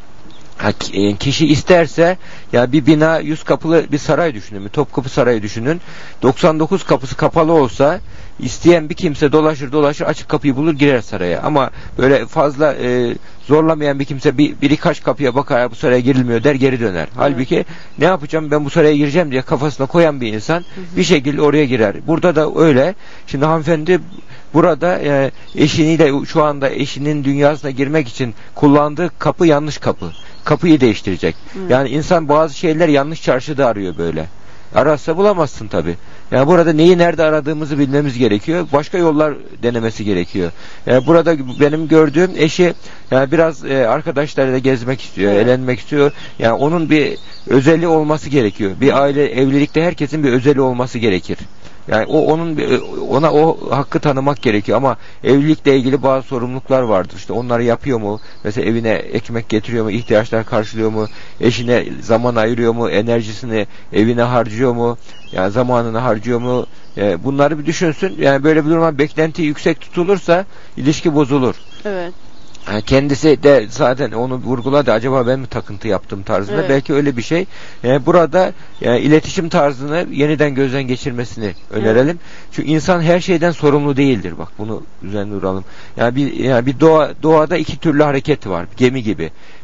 kişi isterse ya bir bina 100 kapılı bir saray düşünün, Topkapı Sarayı düşünün. 99 kapısı kapalı olsa isteyen bir kimse dolaşır açık kapıyı bulur girer saraya. Ama böyle fazla zorlamayan bir kimse birkaç kapıya bakar, bu saraya girilmiyor der, geri döner. Halbuki ne yapacağım ben bu saraya gireceğim diye kafasına koyan bir insan bir şekilde oraya girer. Burada da öyle. Şimdi hanımefendi burada eşiniyle şu anda eşinin dünyasına girmek için kullandığı kapı yanlış kapı. Kapıyı değiştirecek. Yani insan bazı şeyler yanlış çarşıda arıyor böyle. Ararsa bulamazsın tabii. Yani burada neyi nerede aradığımızı bilmemiz gerekiyor. Başka yollar denemesi gerekiyor. Yani burada benim gördüğüm eşi yani biraz arkadaşlarıyla gezmek istiyor, eğlenmek istiyor. Yani onun bir özelliği olması gerekiyor. Bir aile evlilikte herkesin bir özelliği olması gerekir. Yani ona o hakkı tanımak gerekiyor ama evlilikle ilgili bazı sorumluluklar vardır. İşte onları yapıyor mu? Mesela evine ekmek getiriyor mu? İhtiyaçlar karşılıyor mu? Eşine zaman ayırıyor mu? Enerjisini evine harcıyor mu? Yani zamanını harcıyor mu? Bunları bir düşünsün. Yani böyle bir duruma beklenti yüksek tutulursa ilişki bozulur. Evet. Kendisi de zaten onu vurguladı. Acaba ben mi takıntı yaptım tarzında? Evet. Belki öyle bir şey. Burada iletişim tarzını yeniden gözden geçirmesini önerelim. Evet. Çünkü insan her şeyden sorumlu değildir. Bak bunu üzerine duralım. Yani bir doğada 2 türlü hareket var. Gemi gibi.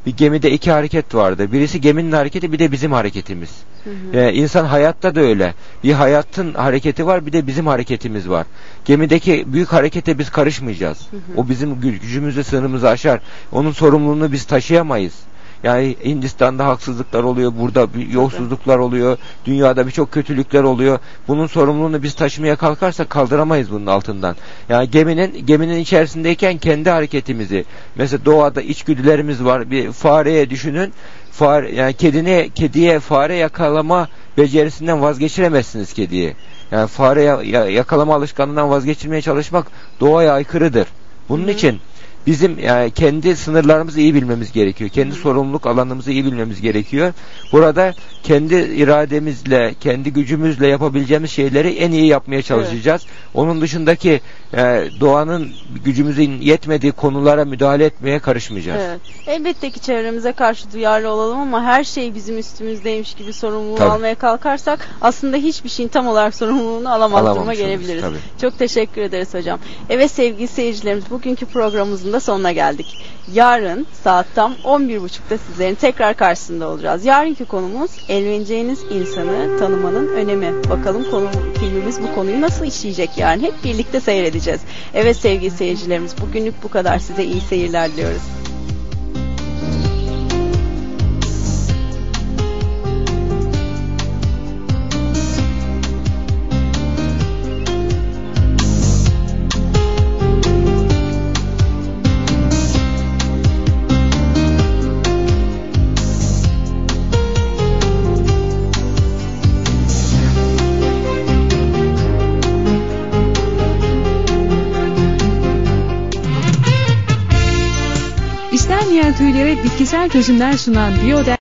bir gemide iki hareket vardı. Birisi geminin hareketi, bir de bizim hareketimiz. İnsan hayatta da öyle. Bir hayatın hareketi var, bir de bizim hareketimiz var. Gemideki büyük harekete biz karışmayacağız. O bizim gücümüzü, sınırımızı aşar. Onun sorumluluğunu biz taşıyamayız. Yani Hindistan'da haksızlıklar oluyor, burada yolsuzluklar oluyor, dünyada birçok kötülükler oluyor. Bunun sorumluluğunu biz taşımaya kalkarsak kaldıramayız bunun altından. Yani geminin içerisindeyken kendi hareketimizi, mesela doğada içgüdülerimiz var. Bir fareye düşünün. Yani kediye fare yakalama becerisinden vazgeçiremezsiniz kediyi. Yani fare yakalama alışkanlığından vazgeçirmeye çalışmak doğaya aykırıdır. Bunun için bizim yani kendi sınırlarımızı iyi bilmemiz gerekiyor. Kendi sorumluluk alanımızı iyi bilmemiz gerekiyor. Burada kendi irademizle, kendi gücümüzle yapabileceğimiz şeyleri en iyi yapmaya çalışacağız. Onun dışındaki doğanın gücümüzün yetmediği konulara müdahale etmeye karışmayacağız. Evet. Elbette ki çevremize karşı duyarlı olalım ama her şey bizim üstümüzdeymiş gibi sorumluluğu almaya kalkarsak aslında hiçbir şeyin tam olarak sorumluluğunu alamaz duruma gelebiliriz. Tabii. Çok teşekkür ederiz hocam. Evet sevgili seyircilerimiz, bugünkü programımızın da sonuna geldik. Yarın saat tam 11.30'da sizlerin tekrar karşısında olacağız. Yarınki konumuz evleneceğiniz insanı tanımanın önemi. Bakalım filmimiz bu konuyu nasıl işleyecek yarın? Hep birlikte seyredeceğiz. Evet sevgili seyircilerimiz, bugünlük bu kadar. Size iyi seyirler diliyoruz. İstenmeyen tüylere bitkisel çözümler sunan Bioderm